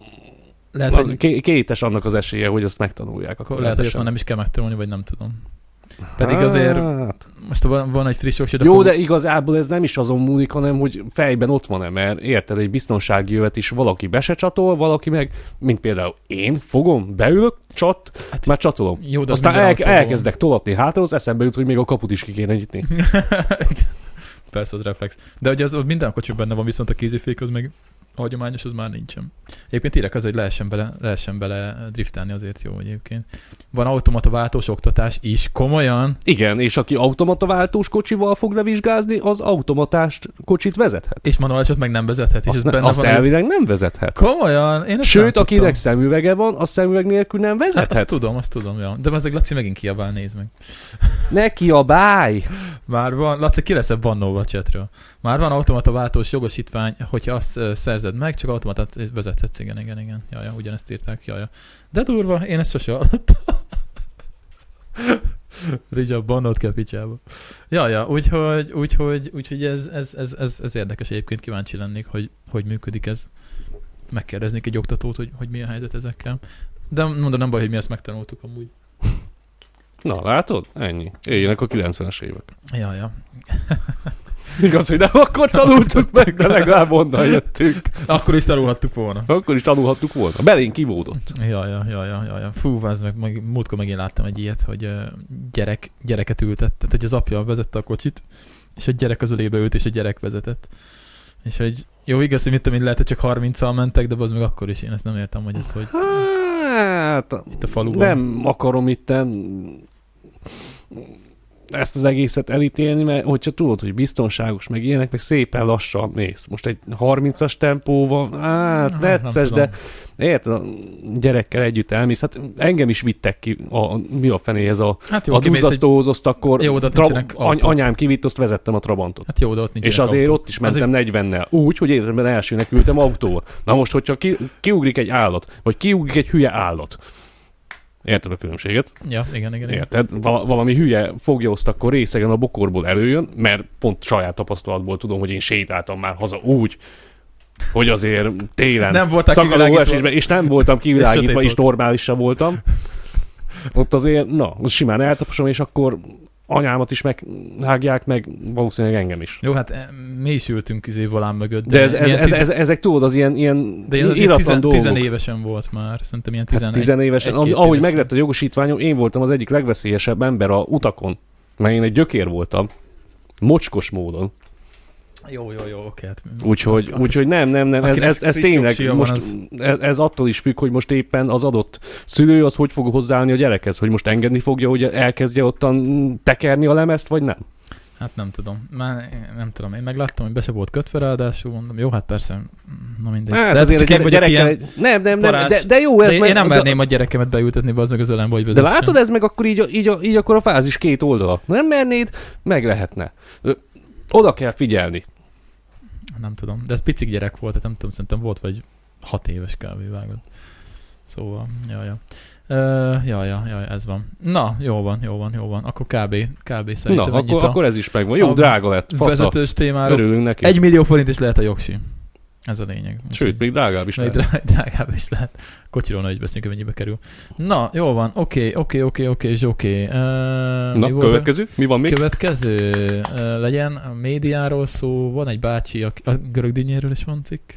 lehet, az hogy, ké- kétes annak az esélye, hogy ezt megtanulják. akkor lehet, hogy ezt már nem is kell megtanulni, vagy nem tudom. Pedig azért Hát, most van, van egy friss oksid, jó, akkor... de igazából ez nem is azon múlik, hanem hogy fejben ott van-e, mert érted, egy biztonsági jövet is valaki be se csatol, valaki meg, mint például én, fogom, beülök, csat, Hát, már csatolom. jó, de az Aztán minden el, autóban elkezdek tolatni hátra, az eszembe jut, hogy még a kaput is ki kéne nyitni. Persze, az reflex. De hogy az ott minden kocsi benne van, viszont a kézifék az meg hagyományos, az már nincsen. Egyébként írek az, hogy lehessen bele, lehessen bele driftálni, azért jó egyébként. Van automata váltós oktatás is, komolyan. Igen, és aki automata váltós kocsival fog levizsgázni, az automatás kocsit vezethet. És manuálisat meg nem vezethet. És Azt, ez ne, benne azt van, elvileg nem vezethet. komolyan? Én ezt Sőt, nem akinek tudtam. szemüvege van, az szemüveg nélkül nem Hát vezethet. azt tudom, azt tudom, ja. De ezek Laci megint kiabál, nézd meg. Neki a báj! Már van, Laci, ki lesz bannolva a chatről. Már van automata váltós jogosítvány, hogyha azt uh, szerzed meg, csak automatát vezethetsz, igen, igen, igen. Jaja, ugyanezt írták, jaja. De durva, én ezt sose hallottam. Rizsa, bannolt ki a picsába. Jaja, úgyhogy, úgyhogy, úgyhogy ez, ez, ez, ez, ez érdekes egyébként, kíváncsi lennék, hogy, hogy működik ez. Megkérdeznék egy oktatót, hogy, hogy mi a helyzet ezekkel. De mondom, nem baj, hogy mi ezt megtanultuk amúgy. Na, látod? Ennyi. Éljenek a kilencvenes évek. Jaja. Igaz, hogy nem akkor tanultuk meg, de legalább onnan jöttünk. Akkor is tanulhattuk volna. Akkor is tanulhattuk volna. Belénk kivódott. Ja, ja, ja, ja, ja, ja. Fú, az meg, meg múltkor megint láttam egy ilyet, hogy uh, gyerek, gyereket ültett, tehát hogy az apja vezette a kocsit, és a gyerek az ölébe ült, és a gyerek vezetett. És hogy jó, igaz, hogy mit tudom én, lehet, hogy csak harminccal mentek, de az meg akkor is, én ezt nem értem, hogy ez hogy... Hát, Itt a faluban. nem akarom itten ezt az egészet elítélni, mert hogyha tudod, hogy biztonságos, meg ilyenek, meg szépen lassan mész. Most egy harmincas tempóval, hát necces, de érted, a gyerekkel együtt elmész. Hát engem is vittek ki, a, mi a fenéhez a, hát jó, a duzzasztóhoz, azt akkor jó, tra- any- anyám kivitt, azt vezettem a Trabantot. Hát jó, de ott és azért autó. Ott is mentem azért... negyvennel. Úgy, hogy életemben elsőnek ültem autóval. Na most, hogyha ki, kiugrik egy állat, vagy kiugrik egy hülye állat, érted a különbséget? Ja, igen, igen. Érted? Val- valami hülye fogja azt, akkor részegen a bokorból előjön, mert pont saját tapasztalatból tudom, hogy én sétáltam már haza úgy, hogy azért télen nem szakadó esésben, és nem voltam kivilágítva, és normálisan voltam. Ott azért, na, simán eltaposom, és akkor anyámat is meghágják, meg valószínűleg engem is. Jó, hát mi is ültünk izé volán mögött. De, de ez, ez, ez, tizen... ez, ezek tudod, az ilyen, ilyen de iratlan dolgok. Tizenévesen volt már, szerintem ilyen tizenegy. Hát tizenévesen, ahogy évesen. Meglett a jogosítványom, én voltam az egyik legveszélyesebb ember a utakon, mert én egy gyökér voltam, mocskos módon. Jó, jó, jó, oké. Hát, úgyhogy, úgyhogy nem, nem, nem, ez, ez, ez tényleg most, az... ez, ez attól is függ, hogy most éppen az adott szülő az hogy fog hozzáállni a gyerekhez, hogy most engedni fogja, hogy elkezdje ottan tekerni a lemezt, vagy nem? Hát nem tudom. Már nem tudom. Én megláttam, hogy be se volt kötve, ráadásul mondom. Jó, hát persze, na mindegy. Hát de azért gyere, gyerek, gyerek, nem, nem, nem, de, de jó ez. De én nem merném a gyerekemet beültetni be az meg az ölembe, hogy vezessen. De látod, ez meg akkor így, így, így akkor a fázis két oldala. Nem mernéd, meg lehetne. Oda kell figyelni. Nem tudom, de ez picik gyerek volt, tehát nem tudom, szerintem volt vagy hat éves kb. Vágod. Szóval, jaj, jaj. Uh, jaj, jaj, jaj, ez van. Na, jó van, jó van, jó van. Akkor kb. kb. Szerintem Na, akkor, akkor ez is megvan. Jó, drága lett. Fasza. Vezetős témára. Örülünk neki. Egy millió forint is lehet a jogsi. Ez a lényeg. Sőt, még drágább is még lehet. Drágább is lehet. Kocsiról ne is beszélünk, hogy mennyibe kerül. Na, jó van. Oké, oké, oké, oké, zsoké. Uh, Na, mi következő? Mi van még? Következő. Uh, legyen a médiáról szó. Van egy bácsi, a, a görög dinnyéről is van cikk.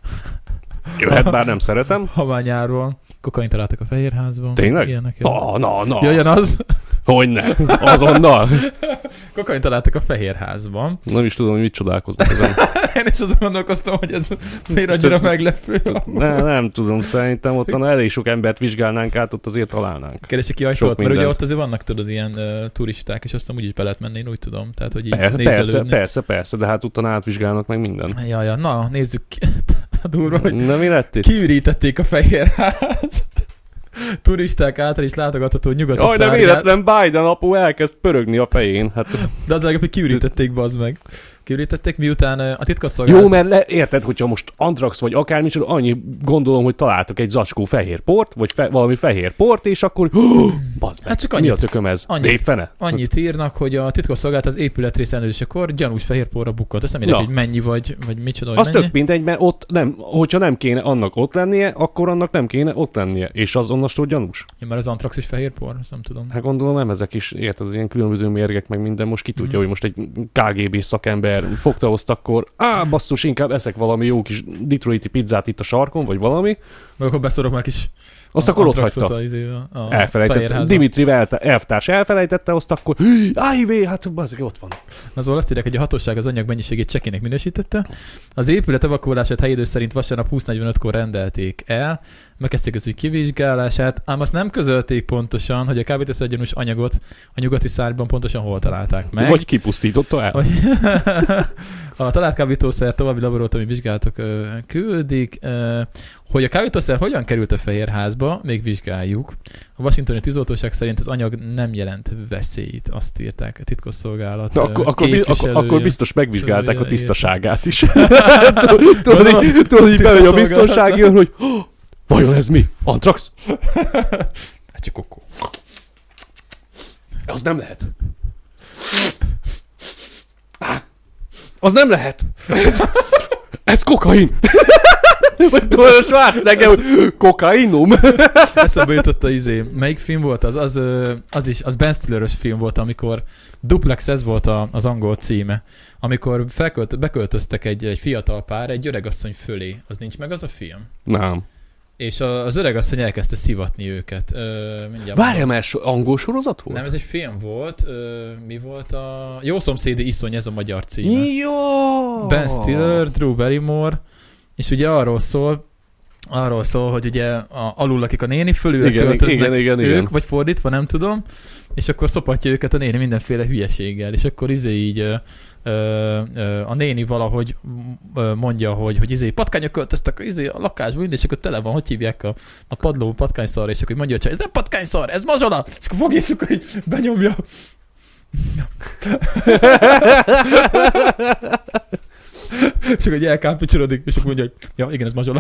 Jöhet, bár nem szeretem. Haványáról. Kokain találtak a Fehérházban. Tényleg? Ilyenek, na, na, na. Jöjjön az. Hogyne? Azonnal. Kokain találtak a Fehérházban. Nem is tudom, hogy mit csodálkoznak ezen. Én is azon gondolkoztam, hogy ez miért annyira meglepő. Ne, nem tudom, szerintem ott elég sok embert vizsgálnánk át, ott azért találnánk. Kérdés, ki ajtót, mert ugye ott azért vannak, tudod, ilyen uh, turisták, és aztán úgyis be lehet menni, én úgy tudom. Tehát, hogy így persze, persze, persze, persze, de hát utána átvizsgálnak meg minden. Ja, ja, na, nézzük ki. Durva, hogy na, mi lett itt? Kiürítették a Fehérház. Turisták által is látogatható nyugati szárnyát. Jaj, de véletlen Biden apu elkezd pörögni a fején. Hát... De az legjobb, hogy kiürítették, bazd meg. Kiürítették, miután a titkosszolgálat... Jó, mert le, érted, hogyha most antrax vagy akármicsoda, annyi gondolom, hogy találtak egy zacskó fehér port, vagy fe, valami fehér port, és akkor... Oh, bazd meg, hát csak annyit, mi a tököm ez? Annyit, fene? Annyit írnak, hogy a titkosszolgálat az épületrész ellenőrzésekor gyanús fehér porra bukkant. Azt nem érdekel, hogy mennyi vagy, vagy micsoda, az mennyi. tök mindegy, mert ott nem, hogyha nem kéne annak ott lennie, akkor annak nem kéne ott lennie, és az onnastól gyanús. Ja, mert az antrax is fehér por, azt nem tudom. Hát gondolom nem ezek is, érted, az ilyen különböző mérgek, meg minden, most ki tudja, mm. hogy most egy ká gé bé szakember fogta azt, akkor á, basszus, inkább eszek valami jó kis detroiti pizzát itt a sarkon, vagy valami. Meg akkor beszorok már kis... Azt akkor ott hagyta. Elfelejtette. Dimitri elvtárs elfelejtette, azt akkor ájvé, hát bazzik, ott van. Na szóval azt írják, hogy a hatóság az anyag mennyiségét csekének minősítette. Az épület evakuálását helyi idő szerint vasárnap húsz negyvenötkor rendelték el. Megkezdték az ügy kivizsgálását, ám azt nem közölték pontosan, hogy a kábítószergyanús anyagot a nyugati szárnyban pontosan hol találták meg. Vagy kipusztította el. Vagy a talált kábítószer további laboratóriumi vizsgálatok küldik. Hogy a kábítószer hogyan került a Fehérházba, még vizsgáljuk. A washingtoni tűzoltóság szerint az anyag nem jelent veszélyt, azt írták a titkosszolgálat. Na, akkor, akkor, akkor, akkor biztos megvizsgálták a tisztaságát is. Tudod, hogy bemegy a biztonsági, hogy vajon ez mi? Antrax? Hát csak kokó. Az nem lehet. Az nem lehet. Ez kokain. Vagy tudod, a Schwarzenegger, hogy kokainum. Eszembe jutott a izé. Melyik film volt? Az, az, az is, az Ben Stiller-ös film volt, amikor Duplex, ez volt a, az angol címe. Amikor felkölt, beköltöztek egy, egy fiatal pár egy öregasszony fölé. Az nincs meg az a film? Nem. És a, az öregasszony elkezdte szivatni őket. Várjál, mert angol sorozat volt? Nem, ez egy film volt. Ö, mi volt a... Jó szomszédi iszony, ez a magyar címe. Jó! Ben Stiller, Drew Barrymore. És ugye arról szól, arról szól, hogy ugye a, alul lakik a néni, fölül Igen, költöznek igen, igen, ők, igen. vagy fordítva, nem tudom, és akkor szopatja őket a néni mindenféle hülyeséggel, és akkor izé így ö, ö, ö, a néni valahogy ö, mondja, hogy, hogy izé patkányok költöztek izé a lakásba, és akkor tele van, hogy hívják a, a padló patkányszar, és akkor mondja, hogy ez nem patkányszar, ez mazsola, és akkor fogja, és akkor így benyomja. És akkor így elkámpicsorodik, és akkor mondja, hogy ja, igen, ez mazsola.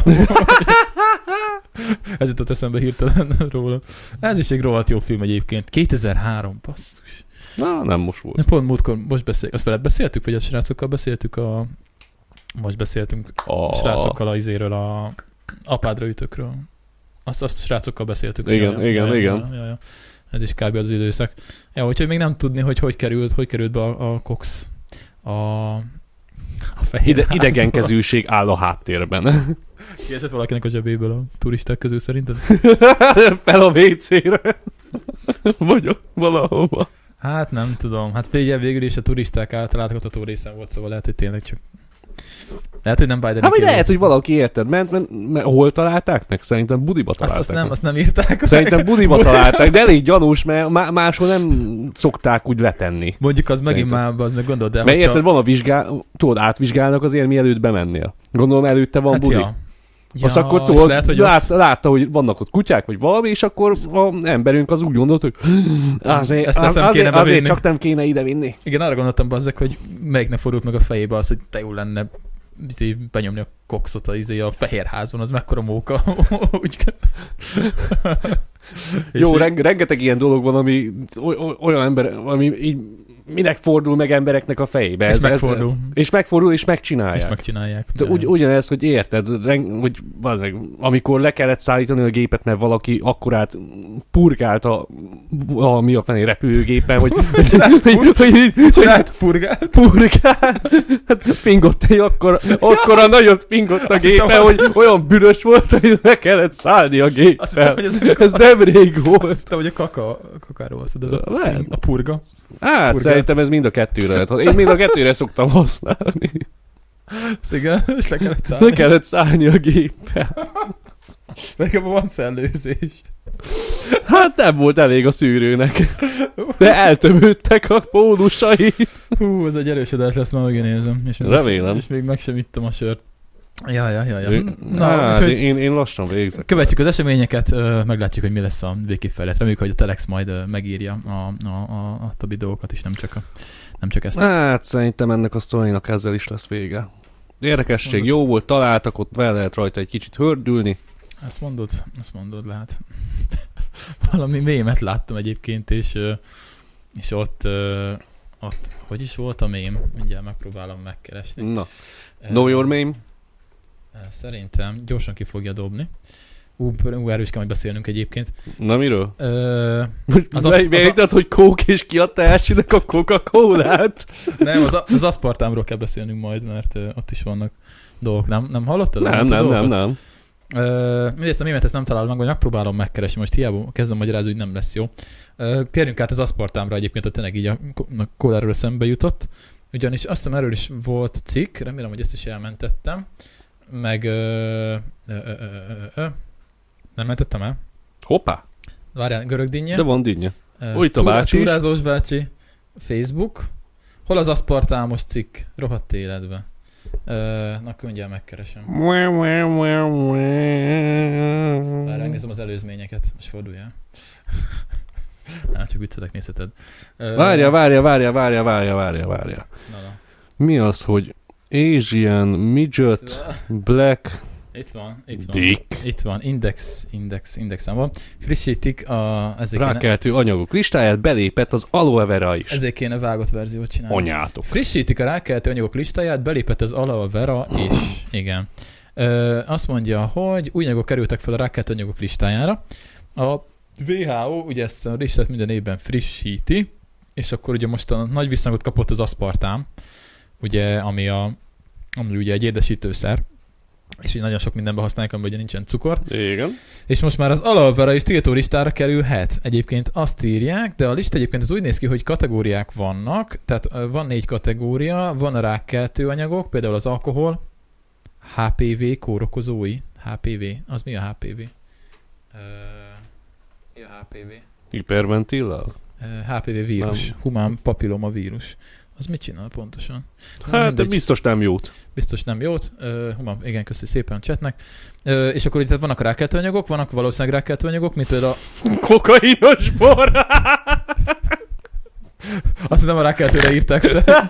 Ez jutott eszembe hirtelen róla. Ez is egy rohadt jó film egyébként. kétezer-három, basszus. Na, nem most volt. De pont múltkor, most beszél, azt veled beszéltük, vagy a srácokkal beszéltük a... Most beszéltünk a srácokkal a izéről, a apádra ütökről. Azt, azt a srácokkal beszéltük. Igen, ja, igen, ja, igen. Ja, ja, ja. Ez is kb. Az időszak. Ja, úgyhogy még nem tudni, hogy hogy került, hogy került be a, a Cox a, a fehér Ide, házba. idegenkezűség áll a háttérben. Kiesett valakinek a zsebéből a turisták közül szerinted? Fel a vécére. Vagy valahova. Hát nem tudom. Hát figyelj, végül is a turisták által látható részen volt, szóval lehet, hogy tényleg csak... Lehet, hogy nem Biden. Hát vagy lehet, hogy valaki érted, ment, ment, ment, hol találták meg? Szerintem budiba találták. Azt, azt, nem, azt nem írták. Szerintem budiba találták, de elég gyanús, mert máshol nem szokták úgy letenni. Mondjuk az megint Szerintem. már, az meg gondolod, de mert hogyha... érted, van a vizsgál, tudod, átvizsgálnak azért, mielőtt bemennél. Gondolom előtte van hát budi. Ja. Azt Ja, akkor és tudod, lehet, hogy lát, ott... látta, hogy vannak ott kutyák, vagy valami, és akkor az emberünk az úgy gondolt, hogy azért, Ezt az, eszem azért, kéne azért bevinni. csak nem kéne ide vinni. Igen, arra gondoltam bazzeg, hogy melyiknek fordult meg a fejébe az, hogy te jó lenne izé, benyomni a kokszot a, izé, a fehérházban, az mekkora móka. Úgy... Jó, és reng- rengeteg ilyen dolog van, ami oly- olyan ember, ami így minek fordul meg embereknek a fejébe. És Ez- megfordul. Ez, és megfordul, és megcsinálják. És megcsinálják. De ugy, ugyanez, hogy érted, reng, hogy meg, amikor le kellett szállítani a gépet, mert valaki akkorát purgált a, a mi a fené repülőgépen, hogy Csinált purgát. purgált, hát pingott egy akkor, akkora nagyot pingott a Azt gépen, hittem, hogy olyan büdös volt, hogy le kellett szállni a Azt hittem, gépen. hogy ez, Ez nem rég volt. azt hittem, hogy a kaka, a kakáról van szó, de ez a, Nem. a purga. Hát Purgát. szerintem ez mind a kettőre lehet. Én mind a kettőre szoktam használni. Igen, és le kellett szállni. Le kellett szállni a gépen. Nekem van szellőzés. Hát nem volt elég a szűrőnek. De eltömődtek a pólusai. Hú, ez egy erős adás lesz, már megnézem. És még- Remélem. És még meg sem ittem a sört. Ja, ja, ja, ja. Ő- Na, Hát, úgyhogy én, én lassan végzek. követjük az eseményeket, ö, meglátjuk, hogy mi lesz a végkifejlet. Reméljük, hogy a Telex majd ö, megírja a, a, a, a többi dolgokat is, nem csak, a, nem csak ezt. Hát szerintem ennek a sztorinak ezzel is lesz vége. Érdekesség jó volt, találtak, ott fel lehet rajta egy kicsit hördülni. Ezt mondod? Ezt mondod, lehet. Valami mémet láttam egyébként, és, ö, és ott, ö, ott, hogy is volt a mém? Mindjárt megpróbálom megkeresni. Na, know your meme? Szerintem gyorsan ki fogja dobni. Ú, ú erről is kell majd beszélnünk egyébként. Na miről? Ö, Az az az, az- az az, az, hogy Coke és kiadta elsőnek a Coca-Colát? nem, az, az aszpartámról kell beszélnünk majd, mert ö, ott is vannak dolgok. Nem, nem hallottad? Nem, Hallottad nem, nem, dolgokat? nem. Ö, mindezt a mémet ezt nem találom meg, vagy megpróbálom megkeresni. Most hiába kezdem magyarázni, hogy nem lesz jó. Ö, térjünk át az aszpartámra egyébként, a tényleg így a, a kóláról szembe jutott. Ugyanis azt hiszem erről is volt cikk, remélem, hogy ezt is elmentettem. Meg... Ö, ö, ö, ö, ö, ö. Nem mentettem el? Hoppá, Várjál, görög dinnye. de van dinnye. Ö, Úgy a túl- bácsi is. Túrázós bácsi. Facebook. Hol az aszpartámos cikk? Rohadt életbe. Ö, na, mindjárt megkeresem. Várjál, megnézem az előzményeket. Most forduljál. Hát csak viccelek, nézheted. Ö, Várja, várja, várja, várja, várja, várja, várja. Na, na. Mi az, hogy Asian Midget Black Itt van, itt van. Dick Itt van, index, index, indexen van. Frissítik a... Ezért kéne, rákeltő anyagok listáját, belépett az aloe vera is. ezért kéne vágott verziót csinálni. Anyátok. Frissítik a rákeltő anyagok listáját, belépett az aloe vera is. Igen. Ö, azt mondja, hogy új anyagok kerültek fel a rákeltő anyagok listájára. A dupla vé há ó ugye ezt a listát minden évben frissíti, és akkor ugye most a nagy visszhangot kapott az aszpartám, ugye, ami, a, ami ugye egy édesítőszer, és így nagyon sok mindenben használják, amiben ugye nincsen cukor. Igen. És most már az aloe vera is tiltó listára kerülhet. Egyébként azt írják, de a lista egyébként az úgy néz ki, hogy kategóriák vannak, tehát ö, van négy kategória, van a rákkeltő anyagok, például az alkohol, há pé vé kórokozói, há pé vé. Az mi a há pé vé? Uh, mi a há pé vé? Hiperventillál? Uh, há pé vé vírus. Nem. Humán papilloma vírus. Az mit csinál pontosan? Hát, de biztos nem jót. Biztos nem jót. Uh, humán, igen, köszi szépen a chatnek. Uh, és akkor itt vannak rákkeltő anyagok, vannak valószínűleg rákkeltő anyagok, mint például a... Kokainos bor! Azt nem a rákkeltőre írták szerintem.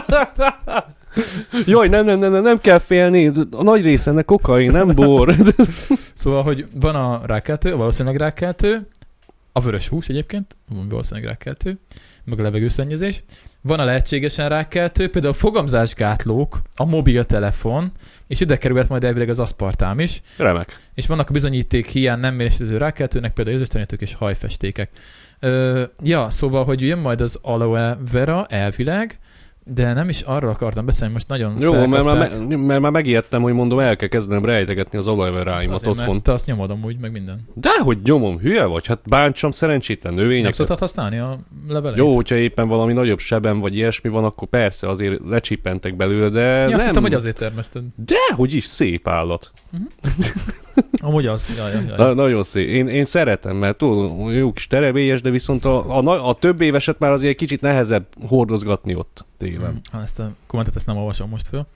Jaj, nem, nem, nem, nem, nem kell félni, a nagy része ennek kokain, nem bor. Szóval, hogy van a rákkeltő, valószínűleg rákkeltő, a vörös hús egyébként, valószínűleg rákkeltő, meg a levegőszennyezés. Van a lehetségesen rákkeltő, például a fogamzásgátlók, a mobiltelefon, és ide kerülhet majd elvileg az aszpartám is. Remek. És vannak a bizonyíték hiány nem minősítő rákkeltőnek, például érzéstelenítők és hajfestékek. Ö, ja, szóval, hogy jön majd az aloe vera elvileg, de nem is arról akartam beszélni, most nagyon jó, felkapták. mert már, me, mert már megijedtem, hogy mondom, el kell kezdenem rejtegetni az aloe veráimat Azért, otthon. mert te azt nyomod amúgy, meg minden. Dehogy nyomom, hülye vagy? Hát bántsam szerencsétlen növényeket. Nem szoktad használni a leveleit? Jó, hogyha éppen valami nagyobb sebem vagy ilyesmi van, akkor persze azért lecsippentek belőle, de ja, nem. Azt hittem, hogy azért termeszted. Dehogy is, szép állat. Uh-huh. Amúgy az, jaj, jaj, jaj. Na, nagyon szép. Én, én szeretem, mert tudom, jó kis terebélyes, de viszont a, a, a több éveset már azért kicsit nehezebb hordozgatni ott télen. Hmm. Ezt a kommentet ezt nem olvasom most föl.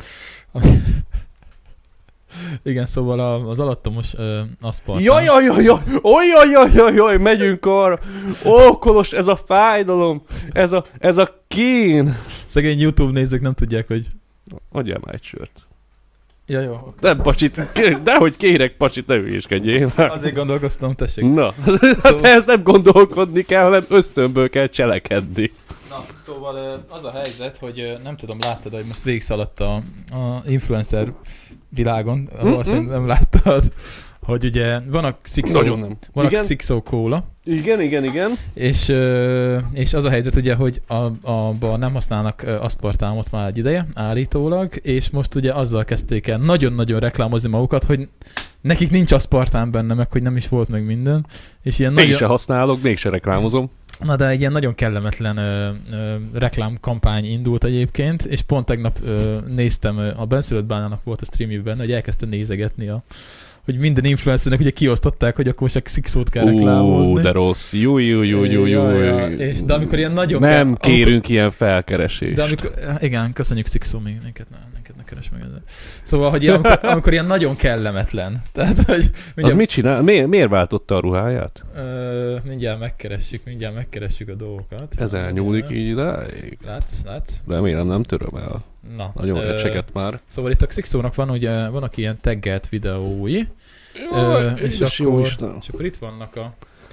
Igen, szóval az alattomos uh, aszpartám. Jaj, jaj, jaj, jaj, jaj, jaj, jaj, jaj, megyünk arra. Ó, Kolos, ez a fájdalom, ez a, ez a kín. Szegény YouTube nézők nem tudják, hogy... Adjál már egy sört. Ja, jó. Okay. Nem pacsit, dehogy kérek pacsit, ne hülyéskedjél. Azért gondolkoztam, tessék. Na, szóval... te ezt nem gondolkodni kell, hanem ösztönből kell cselekedni. Na, szóval az a helyzet, hogy nem tudom, láttad, hogy most végigszaladt a, a influencer világon, valószínűleg mm-hmm. nem láttad, hogy ugye van a Sixo, van a Sixo Cola. Igen, igen, igen. És, és az a helyzet ugye, hogy a, abban nem használnak aszpartámot már egy ideje, állítólag, és most ugye azzal kezdték el nagyon-nagyon reklámozni magukat, hogy nekik nincs aszpartám benne, meg hogy nem is volt meg minden. És ilyen mégse nagyon... használok, mégse reklámozom. Na de egy ilyen nagyon kellemetlen ö, ö, reklámkampány indult egyébként, és pont tegnap ö, néztem, ö, a Benszülött Bánának volt a streamjében, hogy elkezdte nézegetni a hogy minden influencernek ugye kiosztották, hogy akkor csak Sixót kell reklámozni. Ó, de rossz. Jó, jó, jó, jó, jó. Ja, ja. És de amikor ilyen nagyon nem kell, kérünk amikor, ilyen felkeresést. De amikor, igen, köszönjük Sixó, még minket ne, minket ne keres meg ezzel. Szóval, hogy ilyen, amikor, amikor ilyen nagyon kellemetlen. Tehát, hogy mindjárt, az mit csinál? Miért, miért váltotta a ruháját? Ö, mindjárt megkeressük, mindjárt megkeressük a dolgokat. Ez elnyúlik így idáig. Látsz, látsz? Remélem nem töröm el. Na, nagyon recsegett már. Szóval itt a Sixónak van, ugye, vannak ilyen taggelt videói. Jaj, ö, és, és, akkor, és akkor itt vannak a...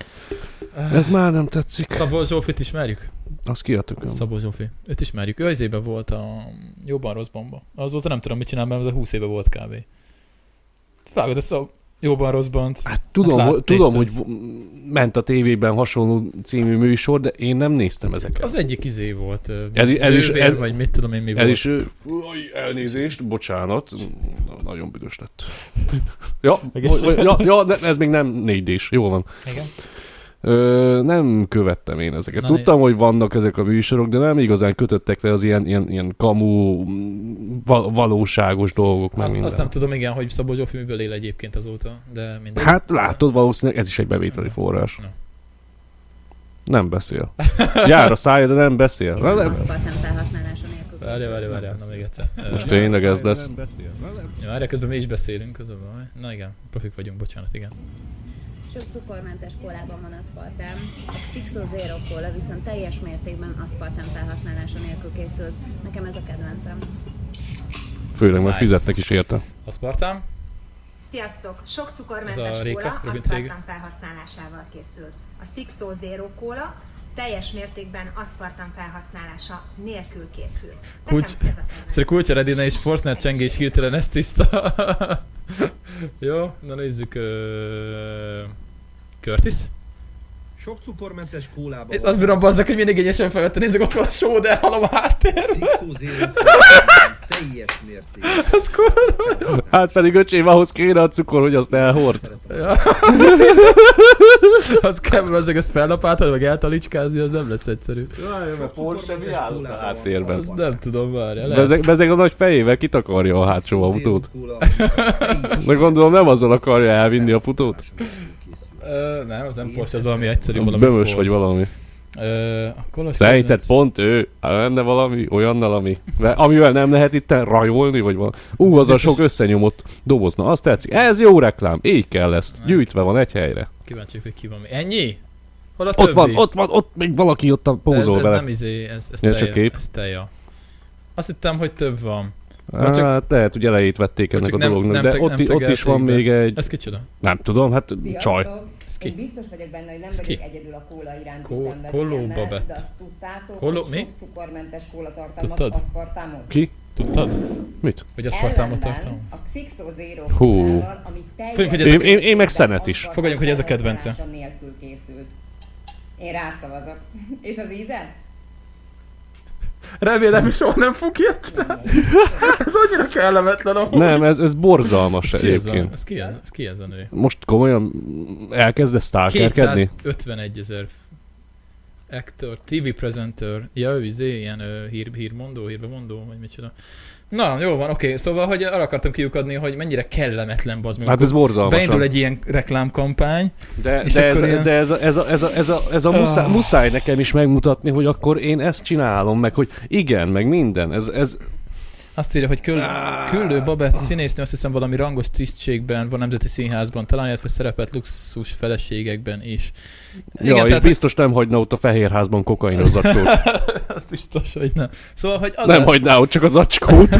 Ez már nem tetszik. Szabó Zsófit ismerjük? Azt ki a tököm. Szabó Zsófi. Őt ismerjük. Ő az évben volt a Jobban Rosszbanban. Azóta nem tudom mit csinál, mert az a húsz éve volt kb. Vágod ezt a Jobban Rosszbant. Hát tudom, hát lát, tudom hogy ment a tévében hasonló című műsor, de én nem néztem ezeket. Az egyik izé volt. Ez, ez is, ez, vagy mit tudom én mi ez volt. Is, elnézést, bocsánat. Nagyon büdös lett. ja, ja, ja, ez még nem négy dés. Jól van. Igen. Ö, nem követtem én ezeket. Na, Tudtam, hogy vannak ezek a műsorok, de nem igazán kötöttek le az ilyen, ilyen, ilyen kamu, val- valóságos dolgok. Meg azt, minden. azt nem tudom, igen, hogy Szabó Zsófi miből él egyébként azóta, de minden. Hát látod, valószínűleg ez is egy bevételi forrás. No. Nem beszél. Jár a szája, de nem beszél. Aszpartám felhasználása nélkül. Várja, várja, várja, na még egyszer. Most tényleg ez lesz. Ja, várja, közben mi is beszélünk, az a baj. Na igen, profik vagyunk, bocsánat, igen. Sok cukormentes kólában van aszpartám, a Sixo Zero Cola viszont teljes mértékben aszpartám felhasználása nélkül készült. Nekem ez a kedvencem. Főleg, mert fizettek is érte. Aszpartám? Sziasztok! Sok cukormentes kóla aszpartám felhasználásával készült. A Sixo Zero Cola teljes mértékben aszpartám felhasználása nélkül készül. Kulcs, Szerintem Kulcsár Edina és Forstner csengés hirtelen ezt vissza. Jó, na nézzük. Uh, Curtis? Sok cukormentes kólában. Azt bírom bazzak, hogy mindig egyesen felvette, nézzük, ott van a show, de hallom a háttér. Sixo Zero teljes mértékben. Az kurva. Hát pedig öcsém, ahhoz kéne a cukor, hogy azt elhord. Ja. Az kell, ezek ezt fellapátod, meg eltalicskázni, az nem lesz egyszerű. Jaj, Porsche mi áll a háttérben? Azt nem tudom, várjál. Bezeg, bezeg a nagy fejével kitakarja a hátsó autót. De gondolom nem azzal akarja elvinni a futót. Ö, nem, az nem Porsche, az valami egyszerű, valami Bömös Ford. vagy valami. Ö, a Kolos Szerinted kedvenc- pont ő? Lenne valami olyannal, ami, amivel nem lehet itt rajolni, vagy valami? Ú, az a Biztos- sok összenyomott doboz. Na, azt tetszik. Ez jó reklám. Így kell lesz. Gyűjtve van egy helyre. Kíváncsiak, hogy ki van még. Ennyi? Hol a Ott többi? van, ott van, ott még valaki ott a De ez, pózol ez vele. nem izé, ez, ez Ja, teja. csak kép. Ez teja. Azt hittem, hogy több van. Vagy csak- Hát lehet, hogy elejét vették vagy ennek a csak nem- dolognak, nem de teg- ott, nem i- ott is tegelték van be. még egy... Ez kicsoda? Nem tudom, hát csaj. Sziasztok! ki? Én biztos vagyok benne, hogy nem Ez vagyok ki? egyedül a kóla iránti Ko- szenvedélyemmel, Kolóbabett. de azt tudtátok, Koló- hogy mi? sok cukormentes kóla tartalmaz Tudtad? aszpartámot? Ki? Tudtad? Mit? Hogy aszpartámot Ellenben tartalmaz? a Xixo Zero Hú. kólával, ami Fogadjunk, hogy teljes ez a- Én- én- én meg mértékben szenet is. aszpartám Fogadjunk, hogy ez a kedvence. felhasználása nélkül készült. Én rászavazok. És az íze? Remélem, soha nem fog ilyet csinálni. Ez annyira kellemetlen a Nem, ez, ez borzalmas Ez ki ez, a, egyébként. ez, ki ez, ez ki ez a nő? Most komolyan elkezdesz stalkerkedni? kétszázötvenegy ezer actor, té vé presenter, ja ő izé, ilyen ö, hír, hírmondó, hírbemondó, vagy micsoda. Na, jó van, oké, szóval, hogy arra akartam kiukadni, hogy mennyire kellemetlen bazd meg. Hát ez borzalmas. Beindul egy ilyen reklámkampány, De, és de, ez, akkor ilyen- de ez, a- ez, a, ez, a, ez, a, ez a muszáj, Ah. muszáj nekem is megmutatni, hogy akkor én ezt csinálom, meg hogy igen, meg minden. Ez, ez azt írja, hogy küld, küldő Babett színésznő, azt hiszem valami rangos tisztségben van Nemzeti Színházban, talán illetve szerepelt luxus feleségekben is. ja, és tehát- biztos nem hagyna ott a Fehérházban kokainozacskót. az biztos, hogy nem. Szóval, hogy az nem a... hagyná ott csak az acskót.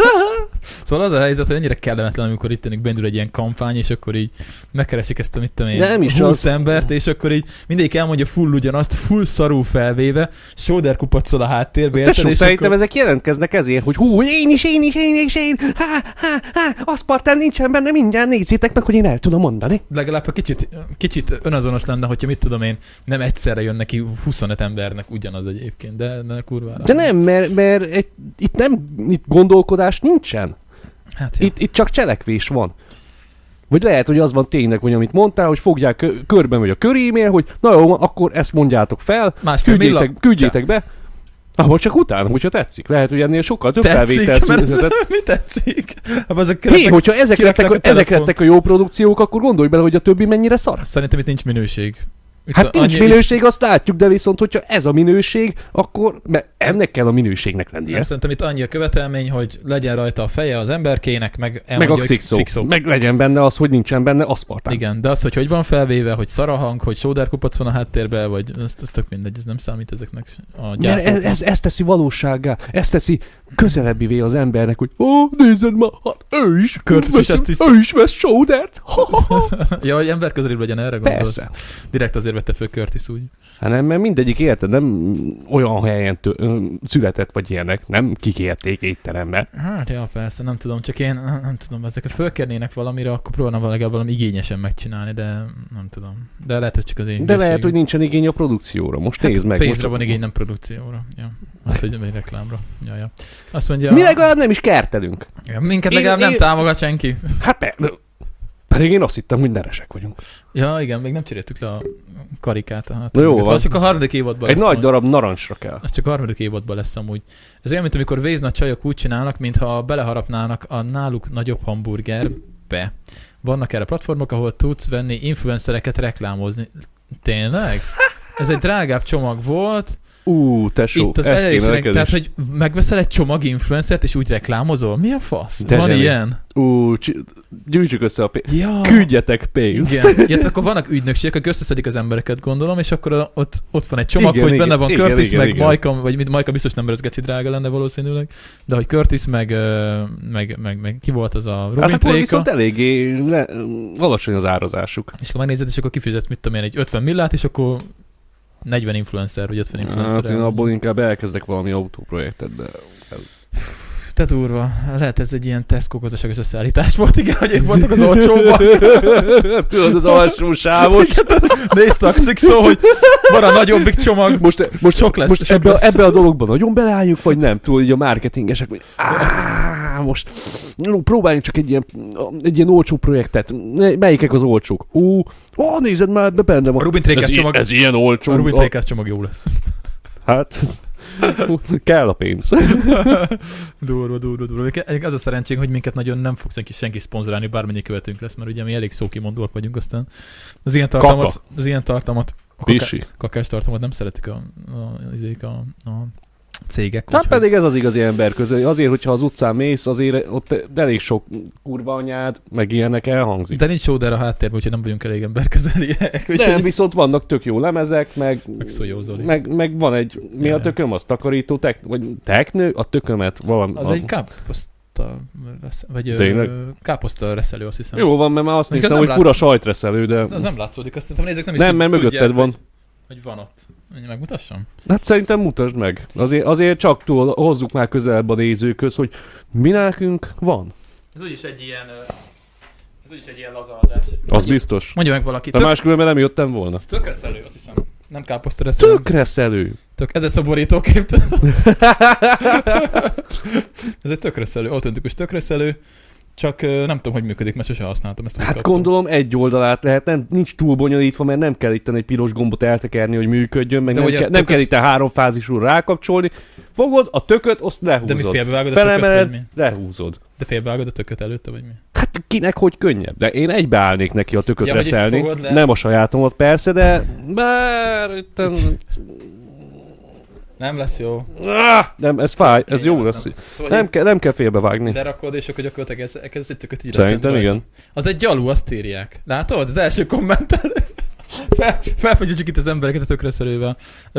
Szóval az a helyzet, hogy ennyire kellemetlen, amikor itt tényleg beindul egy ilyen kampány, és akkor így megkeresik ezt a mit tudom én, De nem is húsz az- embert, és akkor így mindegyik elmondja full ugyanazt, full szarú felvéve, shoulder kupacol a háttérbe, érted? Tesó, És szerintem akkor... ezek jelentkeznek ezért, hogy hú, én is, én is, én is, én, há, há, há, aszpartán nincsen benne, mindjárt nézzétek meg, hogy én el tudom mondani. Legalább ha kicsit, kicsit önazonos lenne, hogyha mit tudom én, nem egyszerre jön neki huszonöt embernek ugyanaz egyébként, de, de kurvára. De nem, mert, mert egy, itt nem, itt gondolkodás nincsen. Hát, ja. Itt, itt csak cselekvés van. Vagy lehet, hogy az van tényleg, hogy amit mondtál, hogy fogják, kö- körbe megy a körémél, hogy na jó, akkor ezt mondjátok fel, Másfél küldjétek, millag- küldjétek be. Ah, vagy csak utána, hogyha tetszik. Lehet, hogy ennél sokkal több felvétel Tetszik, mert született. mi tetszik? Hát azok Hé, keretek- hogyha ezek kirakták lettek, a a, ezek telefont. lettek a jó produkciók, akkor gondolj bele, hogy a többi mennyire szar. Szerintem itt nincs minőség. Itt Hát nincs annyi- minőség, azt látjuk, de viszont, hogyha ez a minőség, akkor mert ennek kell a minőségnek lennie. Nem, szerintem itt annyi a követelmény, hogy legyen rajta a feje az emberkének, meg Meg elmondja, a hogy szikszó. szikszó. Meg legyen benne az, hogy nincsen benne aszpartán. Igen, de az, hogy hogy van felvéve, hogy szar a hang, hogy sódárkupac van a háttérben, vagy ez, ez tök mindegy, ez nem számít ezeknek a Mert ez, gyártóknak. ez, ez teszi valósággá, ez teszi közelebbivé az embernek, hogy ó, nézed ma, hát ő is, Curtis vesz, is ezt hiszi. ő is vesz sódert. Ha, ha, ha. Ja, hogy ember közelibb legyen, erre gondolsz. Persze. Direkt azért vette föl Curtis úgy. Hát nem, mert mindegyik érted, nem olyan helyen tő, ö, született, vagy ilyenek, nem kikérték étterembe. Hát ja, persze, nem tudom, csak én nem tudom, ezek fölkérnének valamire, akkor próbálnám legalább valami igényesen megcsinálni, de nem tudom. De lehet, hogy csak az én De lehet, hülyeségem. hogy nincsen igény a produkcióra. Most Hát nézd meg. pénzre Most van igény, nem produkcióra. Ja. Hát, hogy egy reklámra. Ja, ja. Azt mondja... mi legalább nem is kertelünk. Ja, minket Én- legalább nem én- támogat senki. Hát pe- de- pedig én azt hittem, hogy neresek vagyunk. Ja, igen, még nem cseréltük le a karikát. Hát, Na jó van. Az csak a harmadik évadban Egy lesz. nagy amúgy. darab narancsra kell. Az csak a harmadik évadban lesz amúgy. Ez olyan, mint amikor véznagy csajok úgy csinálnak, mintha beleharapnának a náluk nagyobb hamburgerbe. Vannak erre platformok, ahol tudsz venni influencereket reklámozni. Tényleg? Ez egy drágább csomag volt. Ú, tesó, Itt az ezt kéne elejének, neked tehát, is. hogy megveszel egy csomag influencert, és úgy reklámozol? Mi a fasz? De Van zseni. ilyen? Ú, csi- gyűjtsük össze a pénzt. Ja. Küldjetek pénzt. Igen. Ja, akkor vannak ügynökségek, akik összeszedik az embereket, gondolom, és akkor a- ott, ott van egy csomag, Igen, hogy igen, benne van igen, Curtis, igen, meg igen. Majka, vagy mit, Majka biztos nem, mert ez geci drága lenne valószínűleg, de hogy Curtis, meg, ö, meg, meg, meg ki volt az a Robin Hát akkor Tréka, viszont eléggé le, alacsony az árazásuk. és akkor megnézed, és akkor kifizetsz, mit tudom én, egy ötven millát, és akkor negyven influencer, vagy ötven influencer. Hát én abból inkább elkezdek valami autóprojektet, de ez... Te durva. Lehet ez egy ilyen Tesco gazdaságos összeállítás volt, igen, hogy ők voltak az olcsóbbak. Tudod, az alsó sávos. Nézd a szó, hogy van a nagyobbik csomag. Most, most, sok lesz, most sok ebbe, lesz. ebbe a dologban nagyon beleálljunk, vagy nem? Túl így a marketingesek, hogy áh, most próbáljunk csak egy ilyen, egy ilyen olcsó projektet. Melyikek az olcsók? Ú, ó, nézd már, be benne van. A Rubin Trékás ez, csomag. ez ilyen olcsó. A Rubin Trékás csomag jó lesz. Hát, kell a pénz. Durva, durva, durva. Az a szerencsénk, hogy minket nagyon nem fog senki, senki szponzorálni, bármennyi követünk lesz, mert ugye mi elég szókimondóak vagyunk aztán. Az ilyen tartalmat, Kaka. az ilyen tartalmat, a Pisi. kakás tartalmat nem szeretik a, a, a, a cégek. Hát pedig ez az igazi ember közül. Azért, hogyha az utcán mész, azért ott elég sok kurva anyád, meg ilyenek elhangzik. De nincs sóder a háttérben, úgyhogy nem vagyunk elég ember közeliek. Nem, viszont vannak tök jó lemezek, meg, meg, meg, meg van egy, mi ja, a tököm, az takarító, tek, vagy teknő, a tökömet valami. Az a... egy káposzta, vagy Tényleg? káposzta reszelő, azt hiszem. Jó van, mert már azt néztem, hogy lát... fura sajtreszelő, de... Az, az nem látszódik, azt hiszem, nézők nem is Nem, mert mögötted van. Hogy, hogy van ott. Megmutassam? Hát szerintem mutasd meg. Azért, azért csak túl hozzuk már közelebb a nézőköz, hogy mi nekünk van. Ez úgyis egy ilyen... Ez úgyis egy ilyen laza adás. Az Mondja, biztos. Mondja meg valaki. De tök... máskülönben nem jöttem volna. Ez tökreszelő, azt hiszem. Nem káposzta reszelő. Tökreszelő. Tök, ez lesz a borítókép. Ez egy tökreszelő, autentikus tökreszelő. Csak nem tudom, hogy működik, mert sose használtam ezt. Hát gondolom egy oldalát lehet, nem, nincs túl bonyolítva, mert nem kell itt egy piros gombot eltekerni, hogy működjön, meg nem, ke, tököt... nem kell itt háromfázisúra rákapcsolni. Fogod a tököt, azt lehúzod. De mi félbevágod a Felemeled, tököt, vagy mi? lehúzod. De félbevágod a tököt előtte, vagy mi? Hát kinek hogy könnyebb? De én egybeállnék neki a tököt ja, reszelni. Nem a sajátomat persze, de bár itten... Nem lesz jó. Ah, nem, ez fáj, ez jó lesz. Nem, szóval nem, ke, nem kell félbevágni. De rakod, és akkor gyakorlatilag ez egy tököt így Szerintem igen. Az egy gyalú, azt írják. Látod? Az első kommentel. Fel, felfegyüljük itt az embereket a tökreszelővel.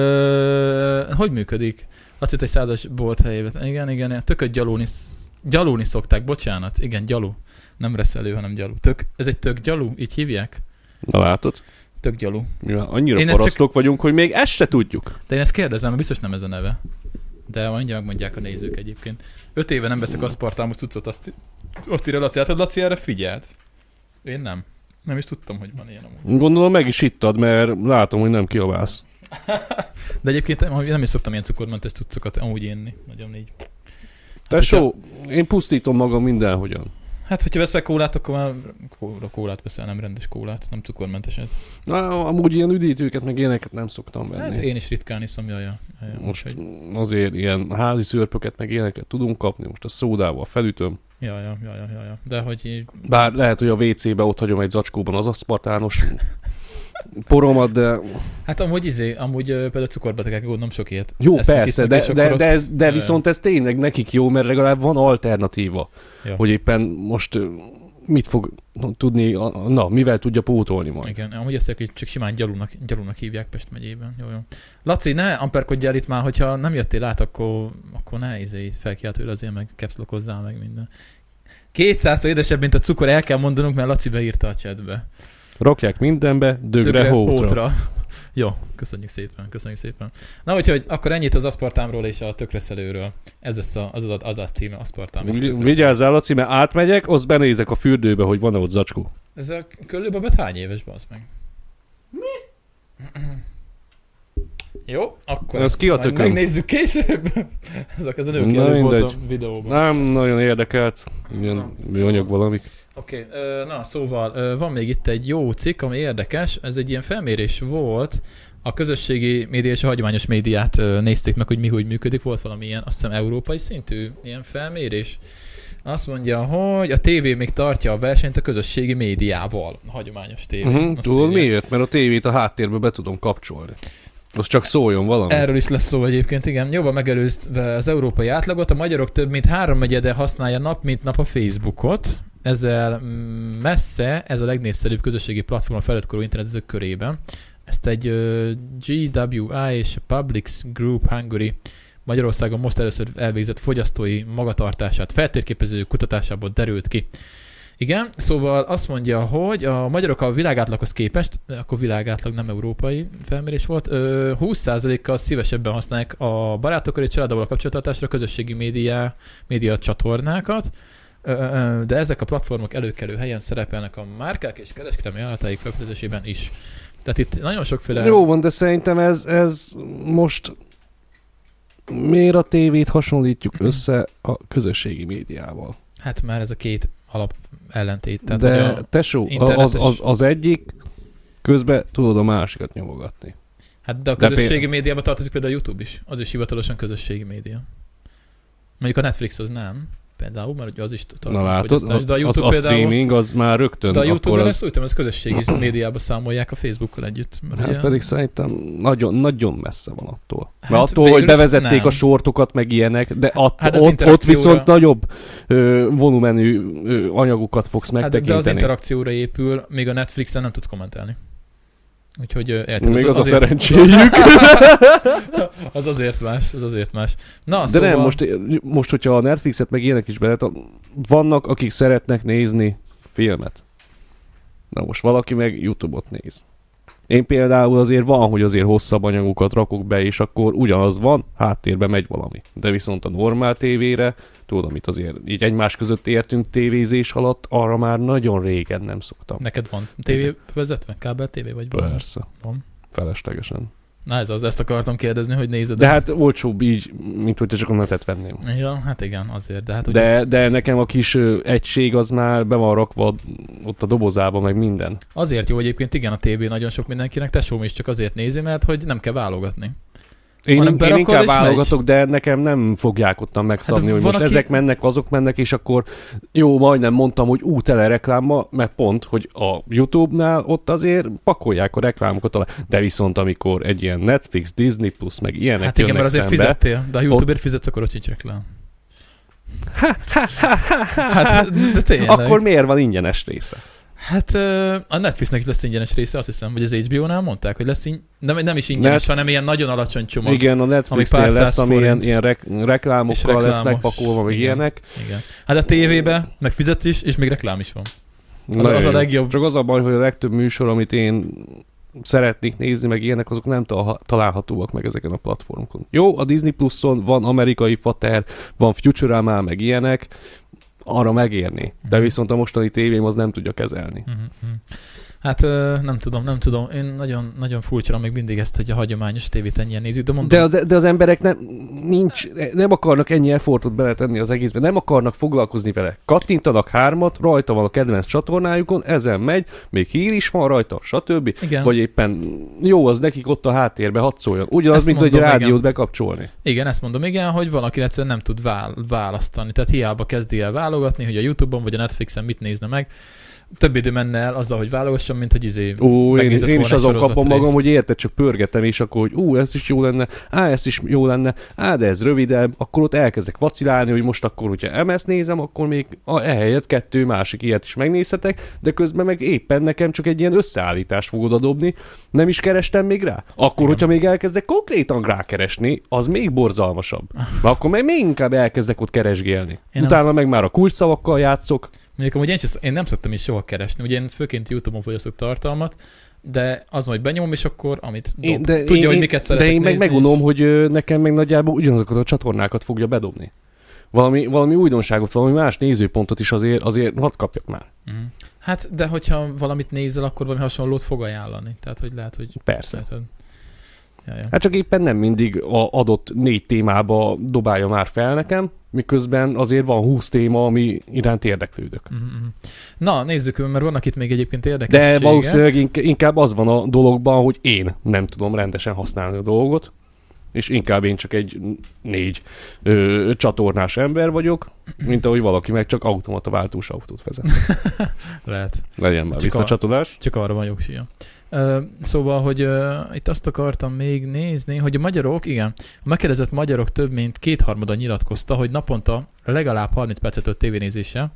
Ö, hogy működik? Azt hitt egy százas bolt helyében. Igen, igen, tököt gyalulni, gyalulni szokták, bocsánat. Igen, gyalú. Nem reszelő, hanem gyalú. Tök, ez egy tök gyalú, így hívják? Na látod? Tök gyalú. Ja, annyira én parasztok csak... vagyunk, hogy még ezt se tudjuk. De én ezt kérdezem, mert biztos nem ez a neve. De mindjárt megmondják a nézők egyébként. Öt éve nem veszek aszpartámos cuccot, azt, azt írja Laci. Hát Laci erre figyelt. Én nem. Nem is tudtam, hogy van ilyen amúgy. Gondolom meg is ittad, mert látom, hogy nem kiabálsz. De egyébként nem is szoktam ilyen cukormentes cuccokat amúgy enni. Nagyon így. Hát, Tesó, hogyha... én pusztítom magam mindenhogyan. Hát, hogyha veszel kólát, akkor már kólát veszel, nem rendes kólát, nem cukormenteset. Na, amúgy ilyen üdítőket, meg ilyeneket nem szoktam venni. Hát én is ritkán iszom, jaj, jaj, most hogy... azért ilyen házi szörpöket, meg ilyeneket tudunk kapni, most a szódával felütöm. Ja, ja, ja, ja, ja, de hogy így... Bár lehet, hogy a vé cébe ott hagyom egy zacskóban az aszpartános poromat, de... Hát amúgy izé, amúgy például cukorbetegek gondolom sok ilyet. Jó, ezt persze, de, de, de, de viszont ez tényleg nekik jó, mert legalább van alternatíva. Ja. Hogy éppen most mit fog tudni, na, mivel tudja pótolni majd. Igen, amúgy ezt csak simán gyalúnak, gyalúnak hívják Pest megyében. Jó, jó. Laci, ne amperkodjál itt már, hogyha nem jöttél át, akkor, akkor ne izé, felkiált tőle azért, meg capslokozzál meg minden. kétszázszor édesebb, mint a cukor, el kell mondanunk, mert Laci beírta a chatbe. Rakják mindenbe, dögre, dögre hótra. hótra. Jó, köszönjük szépen, köszönjük szépen. Na, úgyhogy akkor ennyit az aszpartámról és a tökreszelőről. Ez lesz a, az az adás címe, aszpartám. Vigyázzál, Laci, mert átmegyek, azt benézek a fürdőbe, hogy van-e ott zacskó. Ez a körülbelül hány éves, bassz meg? Mi? Jó, akkor ez ezt majd megnézzük később. Ezek az a nők előbb volt a videóban. Nem nagyon érdekelt. Ilyen műanyag valamik. Oké, okay, na szóval van még itt egy jó cikk, ami érdekes. Ez egy ilyen felmérés volt. A közösségi média és a hagyományos médiát nézték meg, hogy mi hogy működik. Volt valami ilyen, azt hiszem, európai szintű ilyen felmérés. Azt mondja, hogy a tévé még tartja a versenyt a közösségi médiával. A hagyományos tévé. Uh-huh, tudod írja. Miért? Mert a tévét a háttérbe be tudom kapcsolni. Az csak szóljon valami. Erről is lesz szó egyébként, igen. Jóval megelőzve az európai átlagot. A magyarok több mint három negyede használja nap mint nap a Facebookot. Ezzel messze ez a legnépszerűbb közösségi platform a feliratkozó internetezők körében. Ezt egy uh, gé dupla vé i és a Publix Group Hungary Magyarországon most először elvégzett fogyasztói magatartását feltérképező kutatásából derült ki. Igen, szóval azt mondja, hogy a magyarok a világátlaghoz képest, akkor világátlag nem európai felmérés volt, húsz százalékkal szívesebben használják a barátokkal és családdal a kapcsolattartásra közösségi média, média csatornákat, de ezek a platformok előkelő helyen szerepelnek a márkák és kereskedelmi ajánlataik felkutatásában is. Tehát itt nagyon sokféle... Jó van, de szerintem ez, ez most miért a tévét hasonlítjuk össze a közösségi médiával? Hát már ez a két alap ellentét. Tehát, de a tesó, internetes... az, az, az egyik közben tudod a másikat nyomogatni. Hát de a közösségi de médiában tartozik például a YouTube is. Az is hivatalosan közösségi média. Mondjuk a Netflix az nem. Például, mert az is tartalomfogyasztás. De a YouTube az, például, a streaming az már rögtön... De a YouTube-on az... ezt úgy tudom, az közösségi médiában számolják a Facebookkal együtt. Hát ugye... pedig szerintem nagyon, nagyon messze van attól. Hát mert attól, végül, hogy bevezették nem. a sortokat, meg ilyenek, de att, hát ott, ott viszont nagyobb ö, volumenű ö, anyagokat fogsz megtekinteni. Hát de az interakcióra épül, még a Netflixen nem tudsz kommentálni. Úgyhogy érted. Még az, az, az azért, a szerencséjük. az azért más, az azért más. Na, de szóval... nem, most, most, hogyha a Netflixet meg ilyenek is belet, vannak, akik szeretnek nézni filmet. Na most valaki meg YouTube-ot néz. Én például azért van, hogy azért hosszabb anyagokat rakok be, és akkor ugyanaz van, háttérben megy valami. De viszont a normál tévére, tudod, amit azért így egymás között értünk tévézés alatt, arra már nagyon régen nem szoktam. Neked van tévé vezetve? Kábel tévé vagy van? Persze. Van. Feleslegesen. Na ez az, ezt akartam kérdezni, hogy nézed. De hát olcsóbb így, mint hogyha csak a netet venném. Ja, hát igen, azért. De, hát, de, de nekem a kis ö, egység az már be van rakva ott a dobozába, meg minden. Azért jó egyébként, igen, a tévé nagyon sok mindenkinek, tesóm is csak azért nézi, mert hogy nem kell válogatni. Én, én inkább válogatok, megy. De nekem nem fogják ottan megszabni, hát, hogy most aki... ezek mennek, azok mennek, és akkor jó, majdnem mondtam, hogy ú, tele reklámma, mert pont, hogy a YouTube-nál ott azért pakolják a reklámokat alá. De viszont amikor egy ilyen Netflix, Disney Plus, meg ilyenek hát igen, mert azért szembe, fizettél, de a YouTube-ért ott... fizetsz, akkor ott sincs reklám. Hát, de tényleg. Akkor miért van ingyenes része? Hát a Netflixnek lesz ingyenes része, azt hiszem, vagy az há bé ó-nál mondták, hogy lesz ing- nem, nem is ingyenes, Net... hanem ilyen nagyon alacsony csomag. Igen, a Netflixnél lesz, ami ilyen, ilyen rek- reklámokkal lesz megpakolva, meg ilyenek. Igen. Hát a tévébe meg fizetés, és még reklám is van. Az, az a legjobb. Csak az a baj, hogy a legtöbb műsor, amit én szeretnék nézni, meg ilyenek, azok nem találhatóak meg ezeken a platformokon. Jó, a Disney Pluson van amerikai fater, van Futurama, meg ilyenek, arra megérni. De viszont a mostani tévém az nem tudja kezelni. Uh-huh. Hát nem tudom, nem tudom. Én nagyon, nagyon furcsa még mindig ezt, hogy a hagyományos tévét ennyien nézik, de mondom... De az, de az emberek nem, nincs, nem akarnak ennyi effortot beletenni az egészbe, nem akarnak foglalkozni vele. Kattintanak hármat, rajta van a kedvenc csatornájukon, ezen megy, még hír is van rajta, stb. Igen. Vagy éppen jó, az nekik ott a háttérbe hadd szóljon. Ugyanaz, ezt mint mondom, hogy egy rádiót igen. bekapcsolni. Igen, ezt mondom, igen, hogy valaki egyszerűen nem tud vál- választani. Tehát hiába kezdi el válogatni, hogy a YouTube-on vagy a Netflixen mit nézne meg. Több idő menne el azzal, hogy válogassam, mint hogy izé Ó, én, én is azon kapom magam, részt. Hogy érted, csak pörgetem, és akkor, hogy ú, ez is jó lenne, á, ez is jó lenne, á, de ez rövidebb, akkor ott elkezdek vacilálni, hogy most akkor, hogyha em es nézem, akkor még a, ehelyett kettő másik ilyet is megnézhetek, de közben meg éppen nekem csak egy ilyen összeállítást fog oda dobni, nem is kerestem még rá. Akkor, igen. hogyha még elkezdek konkrétan rákeresni, az még borzalmasabb. Mert akkor meg még inkább elkezdek ott keresgélni. Én Utána azt... meg már a kulcsszavakkal játszok. Mondjuk amúgy én, sem, én nem szoktam is soha keresni, ugye én főként YouTube-on fogyasztok tartalmat, de az, hogy benyomom, és akkor amit dob. Én, de Tudja, én, hogy miket szeretek De én meg megunom, és... hogy nekem meg nagyjából ugyanazokat a csatornákat fogja bedobni. Valami, valami újdonságot, valami más nézőpontot is azért, azért hadd kapjak már. Uh-huh. Hát, de hogyha valamit nézel, akkor valami hasonlót fog ajánlani. Tehát, hogy lehet, hogy... Persze. Lehet, hogy... Ja, ja. Hát csak éppen nem mindig a adott négy témába dobálja már fel nekem, miközben azért van húsz téma, ami iránt érdeklődök. Uh-huh. Na, nézzük, mert vannak itt még egyébként érdekességek. De valószínűleg inkább az van a dologban, hogy én nem tudom rendesen használni a dolgot, és inkább én csak egy négy ö, csatornás ember vagyok, mint ahogy valaki meg csak automata váltós autót vezet. Lehet. Legyen már visszacsatolás. Csak arra van jogsia. Uh, szóval, hogy uh, itt azt akartam még nézni, hogy a magyarok, igen, a megkérdezett magyarok több mint kétharmada nyilatkozta, hogy naponta legalább harminc percet tölt tévénézéssel,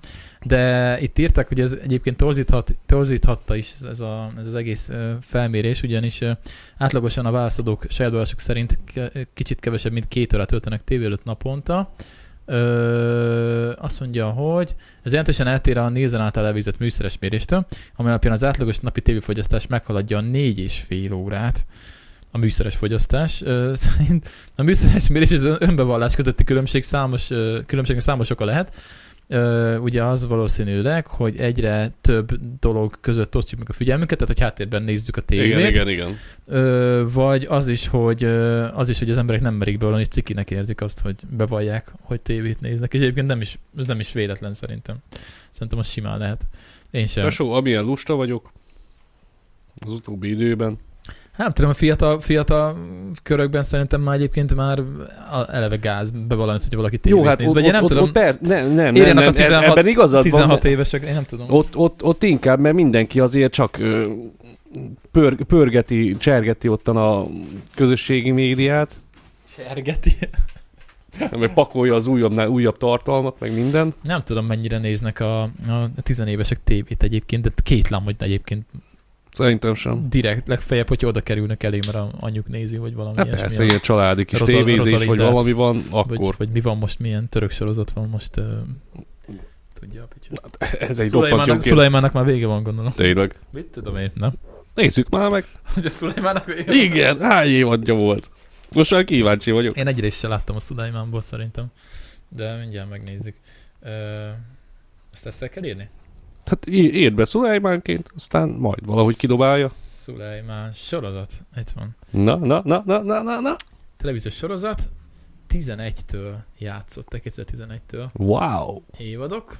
de itt írták, hogy ez egyébként torzíthat, torzíthatta is ez, a, ez az egész uh, felmérés, ugyanis uh, átlagosan a válaszadók saját válaszok szerint k- kicsit kevesebb, mint két órát töltenek tévé előtt naponta, Ö, azt mondja, hogy ez jelentősen eltér a Nielsen által elvégzett műszeres méréstől, amely alapján az átlagos napi tévéfogyasztás meghaladja a négy és fél órát. A műszeres fogyasztás. Ö, szerint a műszeres mérés és az önbevallás közötti különbség számos, ö, különbségnek számos oka lehet. Ö, ugye az valószínűleg, hogy egyre több dolog között osztjuk meg a figyelmünket, tehát hogy háttérben nézzük a tévét. Igen, igen, igen. Ö, vagy az is, hogy, ö, az is, hogy az emberek nem merik bevallani, és cikinek érzik azt, hogy bevallják, hogy tévét néznek. És egyébként nem is, ez nem is véletlen szerintem. Szerintem az simán lehet. Én sem. Tesó, amilyen lusta vagyok az utóbbi időben. Hát nem tudom, a fiatal, fiatal körökben szerintem már egyébként már eleve gáz bevallani, hogy valaki tévét Jó, hát néz. ott, Vagy én nem ott, tudom. Ott per, nem, nem, nem, nem, tizenhat, ebben igazad tizenhat van. évesek, én nem tudom. Ott, ott, ott inkább, mert mindenki azért csak ö, pör, pörgeti, csergeti ottan a közösségi médiát. Csergeti. Meg pakolja az újabb, újabb tartalmat, meg minden. Nem tudom, mennyire néznek a, a tizenévesek tévét egyébként, de kétlem, hogy egyébként Szerintem sem. direkt, legfeljebb, hogy oda kerülnek elé, mert a anyjuk nézi, vagy valami Hát ilyesmi. persze, ilyen családi kis Rosa- tévézés, vagy Rosalindát. valami van, akkor. Vagy, vagy mi van most, milyen török sorozat van most. Uh, tudja a picsa. Ez egy roppant jó Szulajmának, kérdés. Szulajmának már vége van, gondolom. Tényleg. Mit tudom én, nem? Nézzük már meg. Hogy a Szulajmának vége van? Igen, hány évadja volt. Most már kíváncsi vagyok. Én egy részt sem láttam a Szulajmánból szerintem. De mindjárt megnézzük. Uh, ezt ezt el kell írni? Hát í- írd be Szulajmánként, aztán majd valahogy kidobálja. Szulajmán sorozat. Itt van. Na, na, na, na, na, na, na. Televíziós sorozat. tizenegytől játszottak, kétezer-tizenegytől. Wow. Évadok.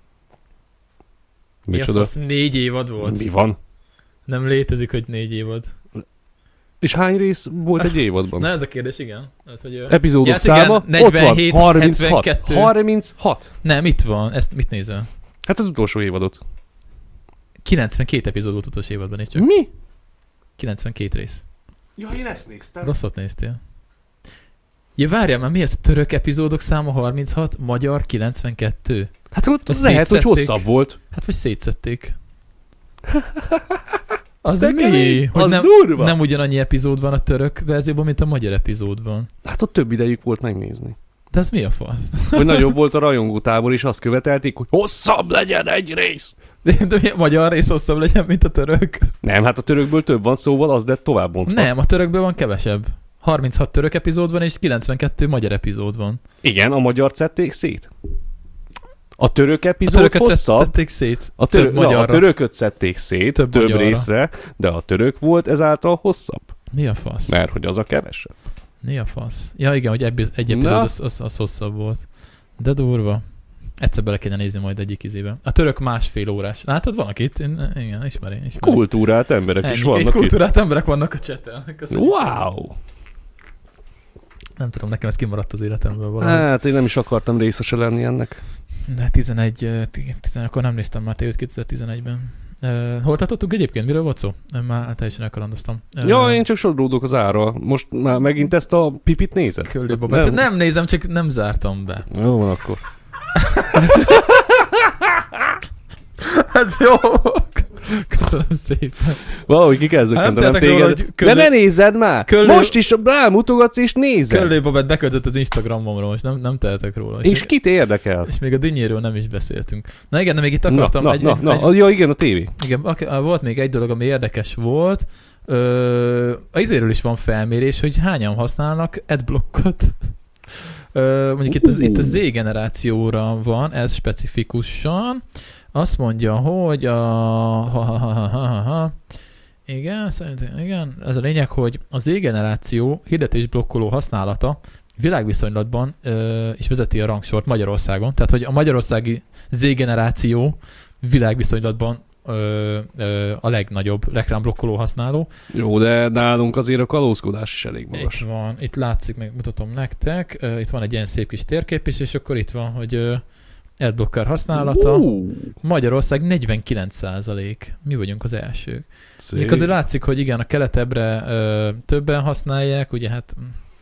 Micsoda? Mi a fasz? Négy évad volt. Mi van? Nem létezik, hogy négy évad. És hány rész volt egy évadban? Na ez a kérdés, igen. Hát, hogy, Epizódok ja, igen, száma? negyvenhét, ott van, harminchat. hetvenkettő. harminchat. Nem, itt van. Ezt mit nézel? Hát az utolsó évadot. kilencvenkét epizód volt utolsó évadban is csak. Mi? kilencvenkét rész. Ja, én ezt néztem. Rosszat néztél. Ja, várjál már, mi ez? Török epizódok száma harminchat, magyar kilencvenkettő. Hát ott Azt lehet, hogy szétszették. hosszabb volt. Hát vagy szétszették. Az De mi? kemény, Hogy az nem, durva. nem ugyanannyi epizód van a török verzióban, mint a magyar epizódban. Hát ott több idejük volt megnézni. De ez mi a fasz? Hogy nagyobb volt a rajongótábor, és azt követelték, hogy hosszabb legyen egy rész. De, de mi a magyar rész hosszabb legyen, mint a török? Nem, hát a törökből több van, szóval az lett tovább mondva. Nem, a törökből van kevesebb. harminchat török epizód van, és kilencvenkettő magyar epizód van. Igen, a magyar szedték szét. A török A epizód törököt hosszabb. szedték szét. A, török, több na, a magyarra. törököt szedték szét Több több, több magyarra. részre, de a török volt ezáltal hosszabb. Mi a fasz? Mert hogy az a kevesebb. Mi a fasz? Ja igen, hogy egy, egy epizód Na. az, az, az hosszabb volt. De durva. Egyszer bele kéne nézni majd egyik izébe. A török másfél órás. Látod, van itt? Én, igen, ismeri. ismeri. Kultúrált emberek is Ennyi, vannak egy itt. kultúrát emberek vannak a chaten. Köszönjük. Wow! Nem tudom, nekem ez kimaradt az életemből valahogy. Hát én nem is akartam részese lenni ennek. De tizenegy, tizenegy, akkor nem néztem már tévét kétezer-tizenegyben. Uh, hol tartottunk egyébként? Miről volt szó? Már teljesen elkalandoztam. Uh, Ja, én csak sodródok az árral. Most már megint ezt a pipit nézed? Köldőbabát. Nem. nem nézem, csak nem zártam be. Jó van akkor. Ez jó. Köszönöm szépen. Valahogy ki kell zökkentenem tehetek róla, téged. hogy köllő- De ne nézed már! köllő- Most is rámutogatsz és nézed. Köldőbabát beköltött az Instagramomról, most nem, nem tehetek róla. És kit érdekel? És még a dinnyéről nem is beszéltünk. Na igen, de még itt Na, akartam... na, egy, na, egy, na, egy, ja igen, a tévé. igen, ak- volt még egy dolog, ami érdekes volt. Ö, izéről is van felmérés, hogy hányan használnak adblockot. Ö, mondjuk itt az, itt a Z generációra van, ez specifikusan. Azt mondja, hogy a... Ha, ha, ha, ha, ha, ha. Igen, szerintem igen. Ez a lényeg, hogy a Z generáció hirdetésblokkoló használata világviszonylatban ö, is vezeti a rangsort Magyarországon. Tehát, hogy a magyarországi Z generáció világviszonylatban ö, ö, a legnagyobb reklámblokkoló használó. Jó, de nálunk azért a kalózkodás is elég magas. Itt van, itt látszik, meg mutatom nektek. Ö, itt van egy ilyen szép kis térkép is, és akkor itt van, hogy ö, adblocker használata. Uh, Magyarország negyvenkilenc százalék. Mi vagyunk az elsők. szép. Még azért látszik, hogy igen, a keletebbre ö, többen használják, ugye hát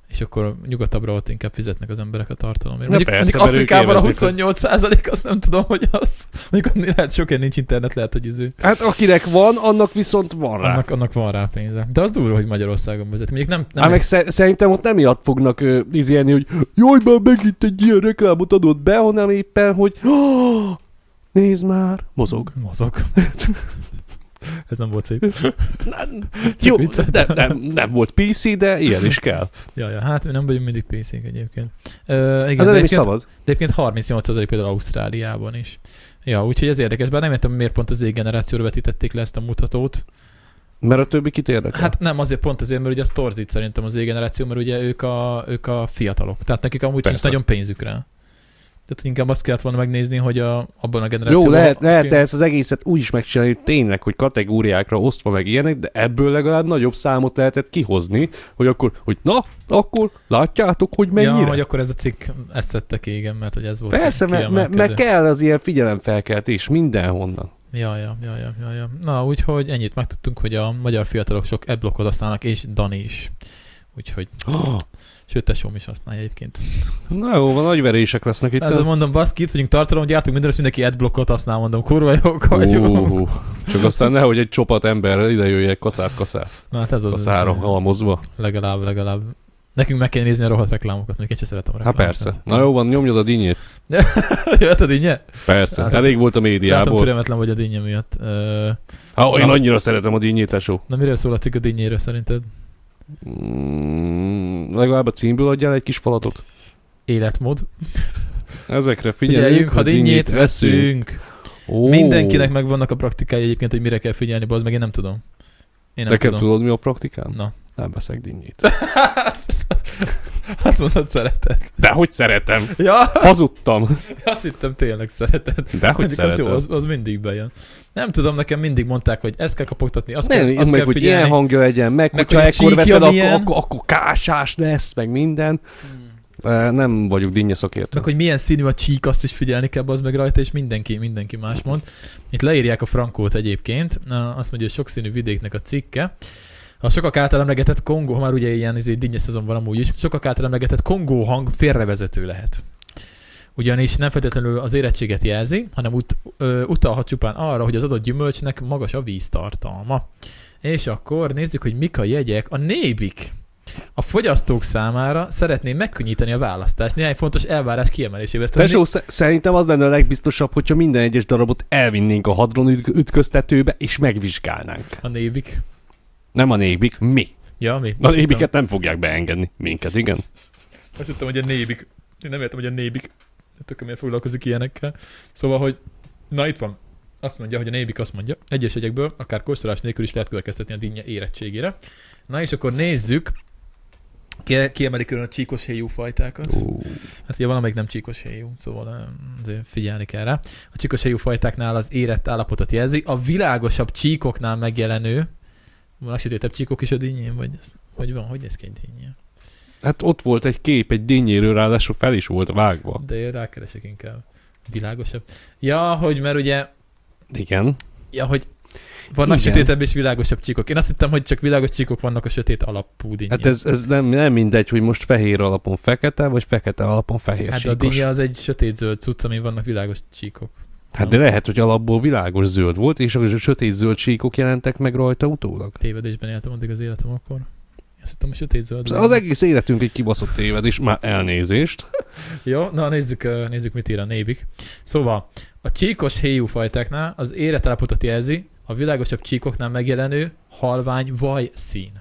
és akkor nyugatabbra ott inkább fizetnek az emberek a tartalomért. Na Mondjuk, persze, mondjuk Afrikában a ők huszonnyolc százalék, azt nem tudom, hogy az. Mondjuk lehet, sok nincs internet, lehet, hogy iző. Hát akinek van, annak viszont van rá. Annak, annak van rá pénze. De az durva, hogy Magyarországon vezet. Mondjuk nem... nem Hát meg sze- szerintem ott nem miatt fognak uh, izélni, hogy jaj, már megint egy ilyen reklámot adott be, hanem éppen, hogy oh, nézd már, mozog. Mozog. Ez nem volt szép. Nem, jó, nem, nem, nem volt pé cé, de ilyen is kell. Ja, ja, hát mi nem vagyunk mindig pé cék egyébként. Uh, igen, hát de nem is szabad. De egyébként harmincnyolc százalék például Ausztráliában is. Ja, úgyhogy ez érdekes, bár nem értem, miért pont az Z-generációra vetítették le ezt a mutatót. Mert a többi kit érdekel? Hát nem, azért pont azért, mert ugye az torzít szerintem az Z-generáció, mert ugye ők a, ők a fiatalok. Tehát nekik amúgy sincs nagyon pénzük rá. Tehát inkább azt kellett volna megnézni, hogy a, abban a generációban... Jó, lehet, aki... lehet, de ezt az egészet úgy is megcsinálni, hogy tényleg, hogy kategóriákra osztva meg ilyenek, de ebből legalább nagyobb számot lehetett kihozni, hogy akkor, hogy na, akkor látjátok, hogy mennyire. Ja, hogy akkor ez a cikk ezt tette ki, igen, mert hogy ez volt. Persze, mert me, me kell az ilyen figyelemfelkeltés mindenhonnan. Ja, ja, ja, ja, ja, ja. Na, úgyhogy ennyit megtudtunk, hogy a magyar fiatalok sok adblockot használnak, és Dani is. Úgyhogy... Oh. Sőt, tesóm is használja egyébként. Na jó, van, nagy verések lesznek itt. Ezzel mondom, baszki, itt vagyunk tartalomgyártunk, minden, mindenki adblockot használ, mondom, kurva jók vagyunk. Uh, csak aztán nehogy egy csapat emberrel ide jöjjek kaszáf-kaszáf. Na hát ez az. Kaszára halmozva. Legalább, legalább. Nekünk meg kell nézni a rohadt reklámokat, még én sem szeretem a reklámokat. Hát persze. Na jó van, nyomjad a dinnyét. Jöhet a dinnye? Persze, hát, elég volt a médiából. Látom, türelmetlen vagy a dinnye miatt. Uh, ha, én annyira szeretem a dinnyét, tesó. Na miről szól a cikk a dinnyéről szerinted? Mm, legalább a címből adjál egy kis falatot. Életmód. Ezekre figyeljünk, figyeljünk ha dinnyét veszünk. Ó. Mindenkinek megvannak a praktikái egyébként, hogy mire kell figyelni, az meg én nem tudom. Én nem Nekem tudom. tudod, mi a praktikám? Na. Nem veszek dinnyét. Azt mondod, szereted. Dehogy szeretem. Ja. Hazudtam. Azt hittem, tényleg szereted. Dehogy szeretem. Az, jó, az, az mindig bejön. Nem tudom, nekem mindig mondták, hogy ezt kell kapogtatni, azt nem, kell, azt meg, kell hogy figyelni. ilyen hangja legyen, meg, meg hogyha ekkor veszed, akkor, akkor, akkor kásás lesz, meg minden. Hmm. Nem vagyok dinnye szakértő. Meg, hogy milyen színű a csík, azt is figyelni kell, az meg rajta, és mindenki, mindenki más mond. Itt leírják a frankót egyébként. Na, azt mondja, hogy sokszínű vidéknek a cikke. A sokak által emlegetett Kongó, ha már ugye ilyen izé, dinnye szezon van amúgy is, sokak által emlegetett Kongó hang félrevezető lehet. Ugyanis nem feltétlenül az érettséget jelzi, hanem ut- ö, utalhat csupán arra, hogy az adott gyümölcsnek magas a víztartalma. És akkor nézzük, hogy mik a jegyek. A nébik a fogyasztók számára szeretné megkönnyíteni a választást. Néhány fontos elvárás kiemelésével. Tesó, né- szerintem az lenne a legbiztosabb, hogyha minden egyes darabot elvinnénk a hadron üt- ütköztetőbe, és megvizsgálnánk. A nébik. Nem a nébik, mi. Ja, mi? A nébiket nem fogják beengedni. Minket, igen. Azt hittem, hogy a nébik. Én nem értem, hogy a nébik. Tök, miért foglalkozik ilyenekkel. Szóval, hogy na itt van. Azt mondja, hogy a nébik azt mondja, egyes jegyekből, akár kóstolás nélkül is lehet következtetni a dinnye érettségére. Na és akkor nézzük, kiemelik külön a csíkos héjú fajtákat. Uh. Hát ugye valamelyik nem csíkos héjú, szóval azért figyelni kell rá. A csíkos héjú fajtáknál az érett állapotot jelzi, a világosabb csíkoknál megjelenő, van a sötétebb csíkok is a dinnyén, vagy hogy van, hogy néz ki egy dinnyén? Hát ott volt egy kép egy dinnyéről, ráadásul fel is volt vágva. De én rákeresek inkább. Világosabb. Ja, hogy mert ugye... Igen. Ja, hogy vannak igen. Sötétebb és világosabb csíkok. Én azt hittem, hogy csak világos csíkok vannak a sötét alapú dinnyén. Hát ez, ez nem, nem mindegy, hogy most fehér alapon fekete, vagy fekete alapon fehér hát csíkos. Hát a dinnye az egy sötét-zöld cucc, amin vannak világos csíkok. Hát de lehet, hogy alapból világos zöld volt, és a sötét-zöld csíkok jelentek meg rajta utólag. Tévedésben éltem addig az életem akkor. Azt hittem, a sötét-zöld. Az egész életünk egy kibaszott tévedés, már elnézést. Jó, na nézzük, nézzük, mit ír a nébik. Szóval, a csíkos héjú fajtáknál az érett állapotot jelzi, a világosabb csíkoknál megjelenő halvány vajszín.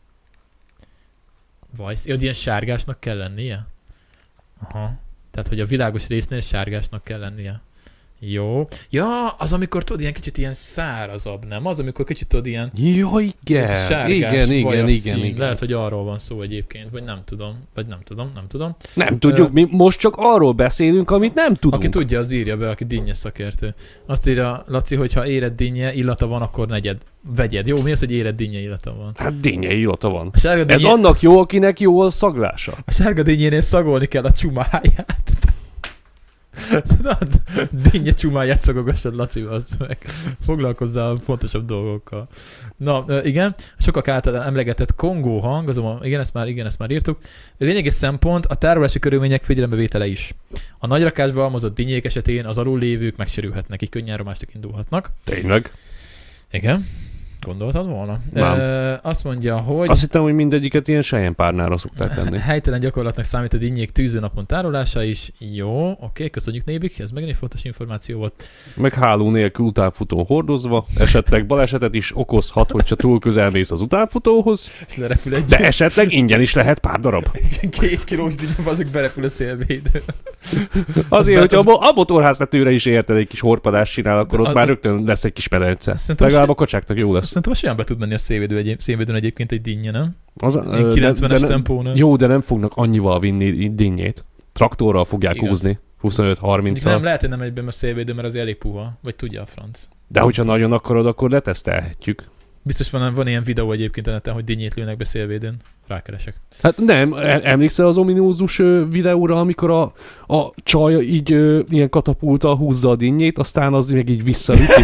Vajszín? Jó, ilyen sárgásnak kell lennie? Aha. Tehát, hogy a világos résznél sárgásnak kell lennie. Jó. Ja, az amikor tudod, ilyen kicsit ilyen szárazabb, nem? Az, amikor kicsit tudod ilyen... Jó, igen. Sárgás, igen, igen, igen, igen. Lehet, hogy arról van szó egyébként, vagy nem tudom. Vagy nem tudom, nem tudom. Nem tudjuk, mi most csak arról beszélünk, amit nem tudunk. Aki tudja, az írja be, aki dinnye szakértő. Azt írja, Laci, hogy ha érett dinnye illata van, akkor negyed. Vegyed. Jó, mi az, hogy érett dinnye illata van? Hát dinnye illata van. Dinnye... Ez annak jó, akinek jó a szaglása. A sárga dinnyénél szagolni kell a csumáját. Dinnye csumáját szagogassad, Laci, az meg. Foglalkozzál a fontosabb dolgokkal. Na, igen, sokak által emlegetett kongó hang, azonban igen, ezt már, igen, ezt már írtuk. Lényeges szempont a tárolási körülmények figyelembevétele is. A nagyrakásba almozott dinnyék esetén az alul lévők megsérülhetnek, így könnyen romásnak indulhatnak. Tényleg? Igen. Gondoltad volna? Nem. E, azt mondja, hogy... Azt hittem, hogy mindegyiket ilyen selyempárnára szokták tenni. Helytelen gyakorlatnak számít a dinnyék tűzőnapon tárolása is. Jó, oké, okay, köszönjük Nébik, ez megint egy fontos információ volt. Meg háló nélkül utánfutón hordozva, esetleg balesetet is okozhat, hogyha túl közel mész az utánfutóhoz. És lerepül egy... De esetleg ingyen is lehet pár darab. Két kilós dinnyom, azok berepül a szélvédő. Azért, hogy az... a, a motorháztetőre is érted egy kis horpadást csinál, akkor ott a... már rögtön lesz egy kis medence. Legalább a kacsáknak jó lesz. Szerintem most olyan be tud menni a szélvédő egyéb, szélvédőn egyébként egy dinnye, nem? Az, egy kilencvenes tempó, nem? Jó, de nem fognak annyival vinni dinnyét. Traktorral fogják Igaz. húzni. huszonöt harminccal. Nem lehet, hogy nem egyben a szélvédő, mert az elég puha. Vagy tudja a franc. De hogyha nagyon akarod, akkor letesztelhetjük. Biztos van, van ilyen videó egyébként neten, hogy dinnyét lőnek be szélvédőn. Rákeresek. Hát nem, emlékszel az ominózus videóra, amikor a, a csaj így ö, ilyen katapulttal húzza a dinnyét, aztán az meg így visszaüti.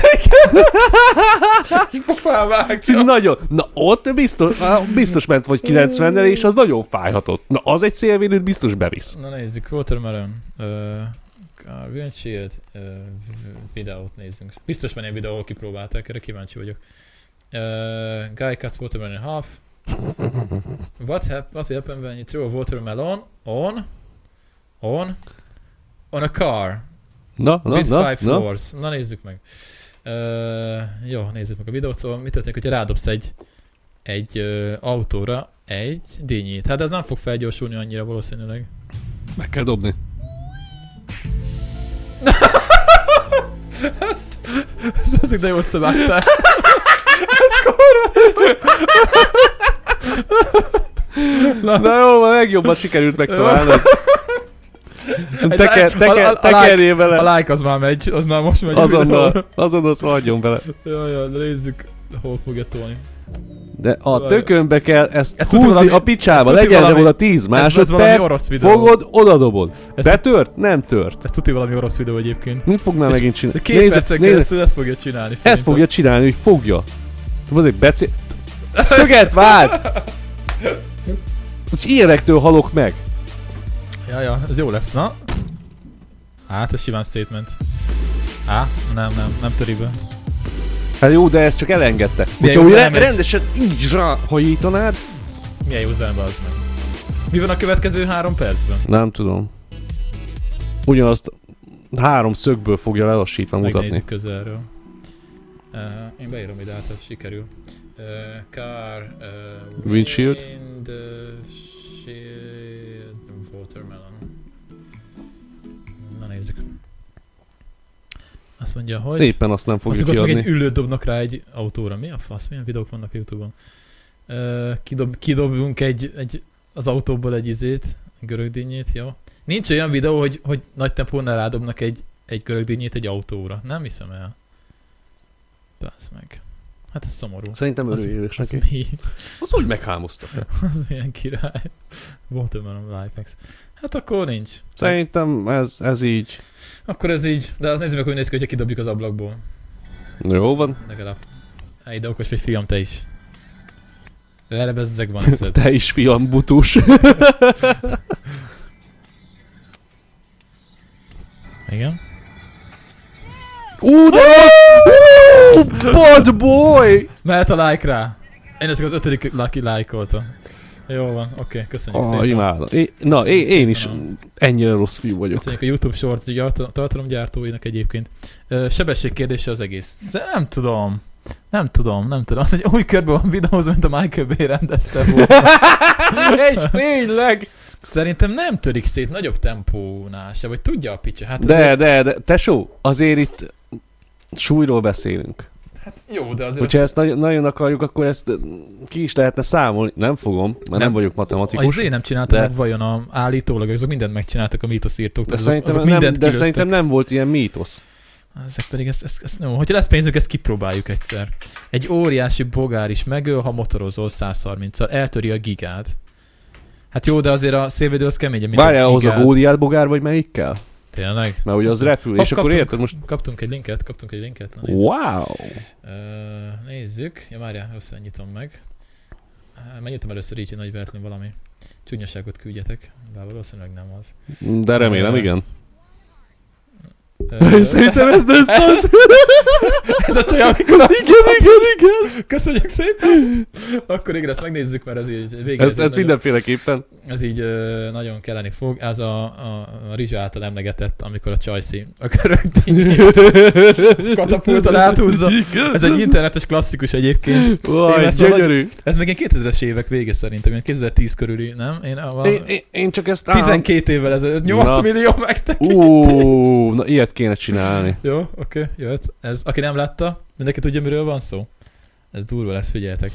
Nagyon. Na ott biztos, biztos ment vagy kilencvennel, és az nagyon fájhatott. Na az egy szélvédőt biztos bevisz. Na nézzük, Watermelon. Uh, Windshield. Uh, videót nézzünk. Biztos van egy videó, ahol kipróbálták, erre kíváncsi vagyok. Uh, guy cuts watermelon in half. What, hap- what will happen when you throw a watermelon on on on a car na, na, with na, five na. floors? Na nézzük meg. Uh, jó, nézzük meg a videót. Szóval mit történik, hogyha rádobsz egy egy uh, autóra egy dinnyét? Hát ez nem fog felgyorsulni annyira valószínűleg. Meg kell dobni. Ezt, ezt de jól összevágtál. Ez korra. Na, Na jó, a legjobban sikerült megtalálni. Teker, teker, tekerjél vele. A like az már megy, az már most megy. Azonnal, azonnal szaladjon bele. Jaj, jaj, nézzük, hol fogja tolni. De a tökönbe kell ezt, ezt húzni valami, a picsába, legyen valami, volna tíz másodperc, fogod, odadobod. Betört? Nem tört. Ez tudja valami orosz videó egyébként. Mit fog már megint csinálni? Két nézd, percen nézd, keresztül ezt fogja csinálni. Szerintem. Ezt fogja csinálni, hogy fogja. Azért becél... Szöget vár! És ilyenektől halok meg. Ja, ja, ez jó lesz, na. Hát, ez simán szétment. Á, nem, nem, nem töri be. Hát jó, de ezt csak elengedte. Hogyha úgy re- rendesen így ráhajítanád... Milyen jó zenebe az meg. Mi van a következő három percben? Nem tudom. Ugyanazt három szögből fogja lelassítva mutatni. Megnézzük közelről. Uh, én beírom ide, hát ez sikerül. Uh, car... Uh, Windshield. Wind, uh, shield, watermelon. Na nézzük. Azt mondja, hogy... Éppen azt nem fogjuk azokat kiadni. Meg egy ülőt dobnak rá egy autóra. Mi a fasz? Milyen videók vannak a YouTube-on? Uh, kidob, kidobunk egy, egy, az autóból egy izét, egy görögdinnyét, jó? Nincs olyan videó, hogy, hogy nagy tempónál rádobnak egy, egy görögdinnyét egy autóra. Nem hiszem el. Bász meg. Hát ez szomorú. Szerintem örüljük neki. Az mi? Az úgy meghámozta. Az milyen király. Watermelon Lifehacks. Hát akkor nincs. Szerintem ez, ez így. Akkor ez így. De azt nézzük meg, hogy néz ki, hogyha kidobjuk az ablakból. Jó van. Legalább. Ej, de okos vagy fiam, te is. Lelebezzeg van eszed. Te is fiam, butus. Igen. Ú, de az! Bad boy! Mehet a like rá. Én ezek az ötödik lucky like-olta. Jó van, oké, okay, köszönjük oh, szépen. Imádom. É, na, én, én is ennyire rossz fiú vagyok. Köszönjük a YouTube Shorts tartalomgyártóinak egyébként. Sebesség kérdése az egész. Nem tudom. Nem tudom, nem tudom. Az, hogy új körben van videóz, mint a Michael Bay rendezte volt. Egy, tényleg! Szerintem nem törik szét nagyobb tempónál se, vagy tudja a picsa. Hát de, azért... de, de, tesó, azért itt súlyról beszélünk. Hát jó, de azért... Hogyha ezt nagyon, nagyon akarjuk, akkor ezt ki is lehetne számolni. Nem fogom, mert nem, nem vagyok matematikus. Azért nem csinálta de... meg vajon a állítólag, azok mindent megcsináltak a mítoszírtók. De, szerintem, azok nem, de szerintem nem volt ilyen mítosz. Ezek pedig ezt, ezt, ezt nem. Hogyha lesz pénzünk, ezt kipróbáljuk egyszer. Egy óriási bogár is megöl, ha motorozol száz harminccal. Eltöri a gigát. Hát jó, de azért a szélvédő az keményebb, mint várjál, a ahhoz a góliát bogár, vagy melyikkel? Tényleg? Mert ugye az repül, Hopp, és akkor kaptunk, érted most... Kaptunk egy linket, kaptunk egy linket. Na, nézzük. Wow! Uh, nézzük. Ja, várjál, össze nyitom meg. Uh, megnyitom először így, hogy Nagy Bertlin valami csúnyaságot küldjetek. Bár valószínűleg nem az. De remélem, uh, igen. Uh, Szerintem ez nem szasz. Ez a csaj, amikor... Igen, igen, igen. Köszönjük szépen! Akkor igen, ezt megnézzük, mert ez így végül. Ez, ez nagyon, mindenféleképpen. Ez így uh, nagyon kelleni fog. Ez a, a, a Rizsa által emlegetett, amikor a Csajci a köröntényét katapulton áthúzza. Ez egy internetes klasszikus egyébként. Vaj, gyönyörű. Ez meg ilyen kétezres évek vége szerintem, ilyen kétezer-tíz körüli, nem? Én, a, én, én, én csak ezt... tizenkét évvel ezelőtt, nyolc na. millió megtekintés. Ó, na ilyet kéne csinálni. Jó, oké, okay, jöhet. Ez, aki nem látta, mindenki tudja, miről van szó? Ez durva lesz, figyeljetek.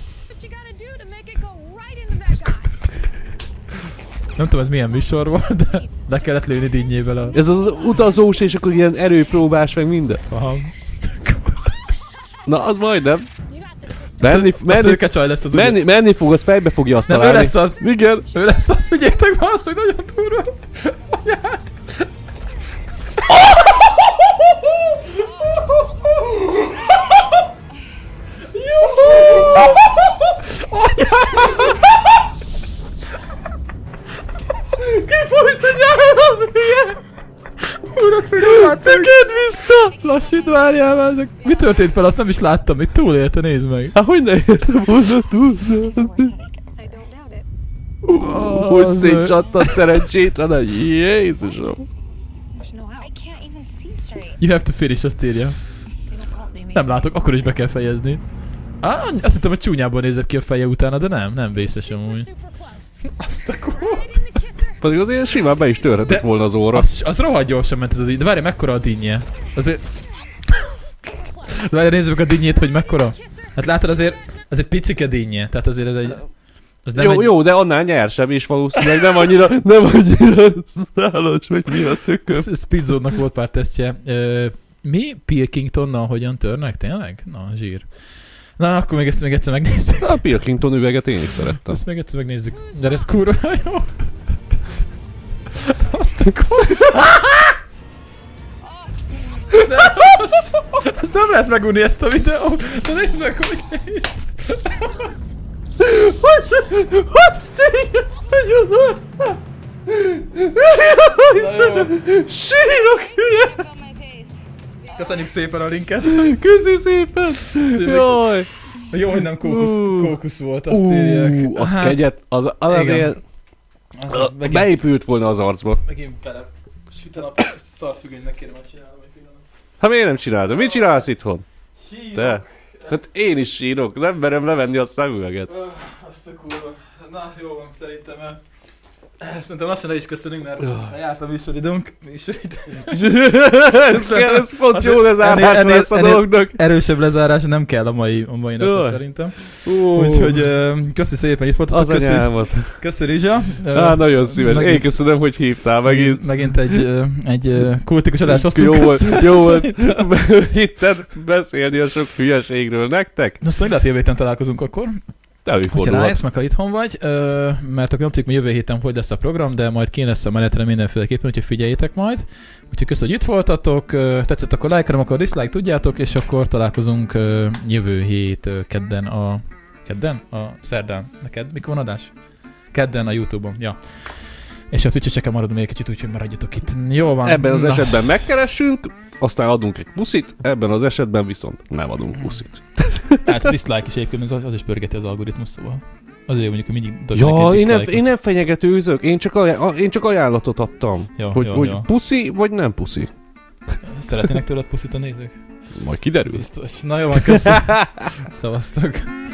Nem tudom, ez milyen műsor volt, de le kellett lőni dinnyével a... Ez az utazós, és akkor ilyen erőpróbás, meg minden. Aha. Na, az majdnem. Menni, a menni, szőke csaj lesz az menni, menni fog, az fejbe fogja azt nem, találni. ő lesz az. Igen. Ő lesz az, figyeljetek már azt, hogy nagyon durva. Anyád. Kifolyt a nyelvem, hülye! Úr, azt még nem láttam. Teked vissza! Lassít, várjál már, ezek... Mi történt fel? Azt nem is láttam, itt túlélte, nézd meg. Hát hogy ne értem volna túl? Hogy szétcsattant szerencsétlen a Jézusom. You have to finish, azt írja. Nem látok, akkor is be kell fejezni. Ah, azt hittem, hogy csúnyában nézett ki a feje utána, de nem, nem vészes amúgy. Azt a kurva. Pedig azért simán be is törhetett volna az óra. Az, az rohadt gyorsan ment ez a dinny, de várj, mekkora a dinnye? Azért... Várj, nézzük a dinnyét, hogy mekkora. Hát látod azért, az egy picike dinnye, tehát azért ez egy... Az nem jó, egy... jó, de annál nyersebb is valószínűleg nem annyira, nem annyira szálos, vagy mi a tököm. Speedzone-nak volt pár tesztje. Uh, mi? Pilkingtonnal hogyan törnek? Tényleg? Na, zsír. Na, akkor még ezt még egyszer megnézzük. A Pilkington üveget én is szerettem. Ezt még egyszer megnézzük. De ez kurva jó. Azt a kurva. Azt nem lehet megunni ezt a videót. De nézd meg, hogy néz. Hogy szépen vagyok? Sírok, hülye! Köszönjük szépen a linket. Köszi szépen! Jaj! Jó, hogy nem kókusz, uh, kókusz volt, azt uh, írják. Az hát, kegyet, az, az azért megint, beépült volna az arcba. Megint bele süt a nap, ezt a szarfüggönynek kéne majd csinálnom egy pillanat. Hát miért nem csinálod? Mit csinálsz itthon? Sírok. Te? Hát én is sírok, nem merem levenni a szemüveget. Uh, azt a kurva. Na, jó van, szerintem el. Szerintem lassan le is köszönünk, mert lejárt a műsoridőnk. Műsoridőnk. ez, kell, ez pont jó lezárás ennél, lesz a ennél dolognak. Erősebb lezárás nem kell a mai, a mai napra szerintem. Uh. Úgyhogy uh, köszi szépen, itt voltatok. Az köszi. Anyámat. Köszi Rizsa. Á, uh, nagyon szíves. Megint, én köszönöm, hogy hívtál megint. Megint egy, uh, egy uh, kultikus adást hoztunk. Jó volt, jó volt. Hitted beszélni a sok hülyeségről nektek? Azt meg lehet jövő héten találkozunk akkor. Hogyha rájössz meg, ha itthon vagy, ö, mert akkor nem tudjuk, hogy jövő héten hogy lesz a program, de majd kéne lesz a menetre mindenféleképpen, úgyhogy figyeljétek majd. Úgyhogy köszönjük, hogy itt voltatok, tetszett, akkor like-ra, akkor dislike, tudjátok, és akkor találkozunk ö, jövő hét ö, kedden a... Kedden? A szerdán. Neked mikor van adás? Kedden a YouTube-on, ja. És a Twitch-eken maradom egy kicsit, úgyhogy maradjatok itt. Jó van. Ebben az Na. esetben megkeressünk, aztán adunk egy puszit, ebben az esetben viszont nem adunk puszit. Hát a dislike is egyébként, az, az is pörgeti az algoritmus, szóval. Azért mondjuk, hogy mindig ja, én nem, én nem fenyegetőzök, én csak, ajánl- én csak ajánlatot adtam. Jó, hogy jó, hogy jó. puszi, vagy nem puszi. Szeretnének tőled puszit a nézők? Majd kiderül. Biztos. Na jó van, köszönöm. Szavaztok.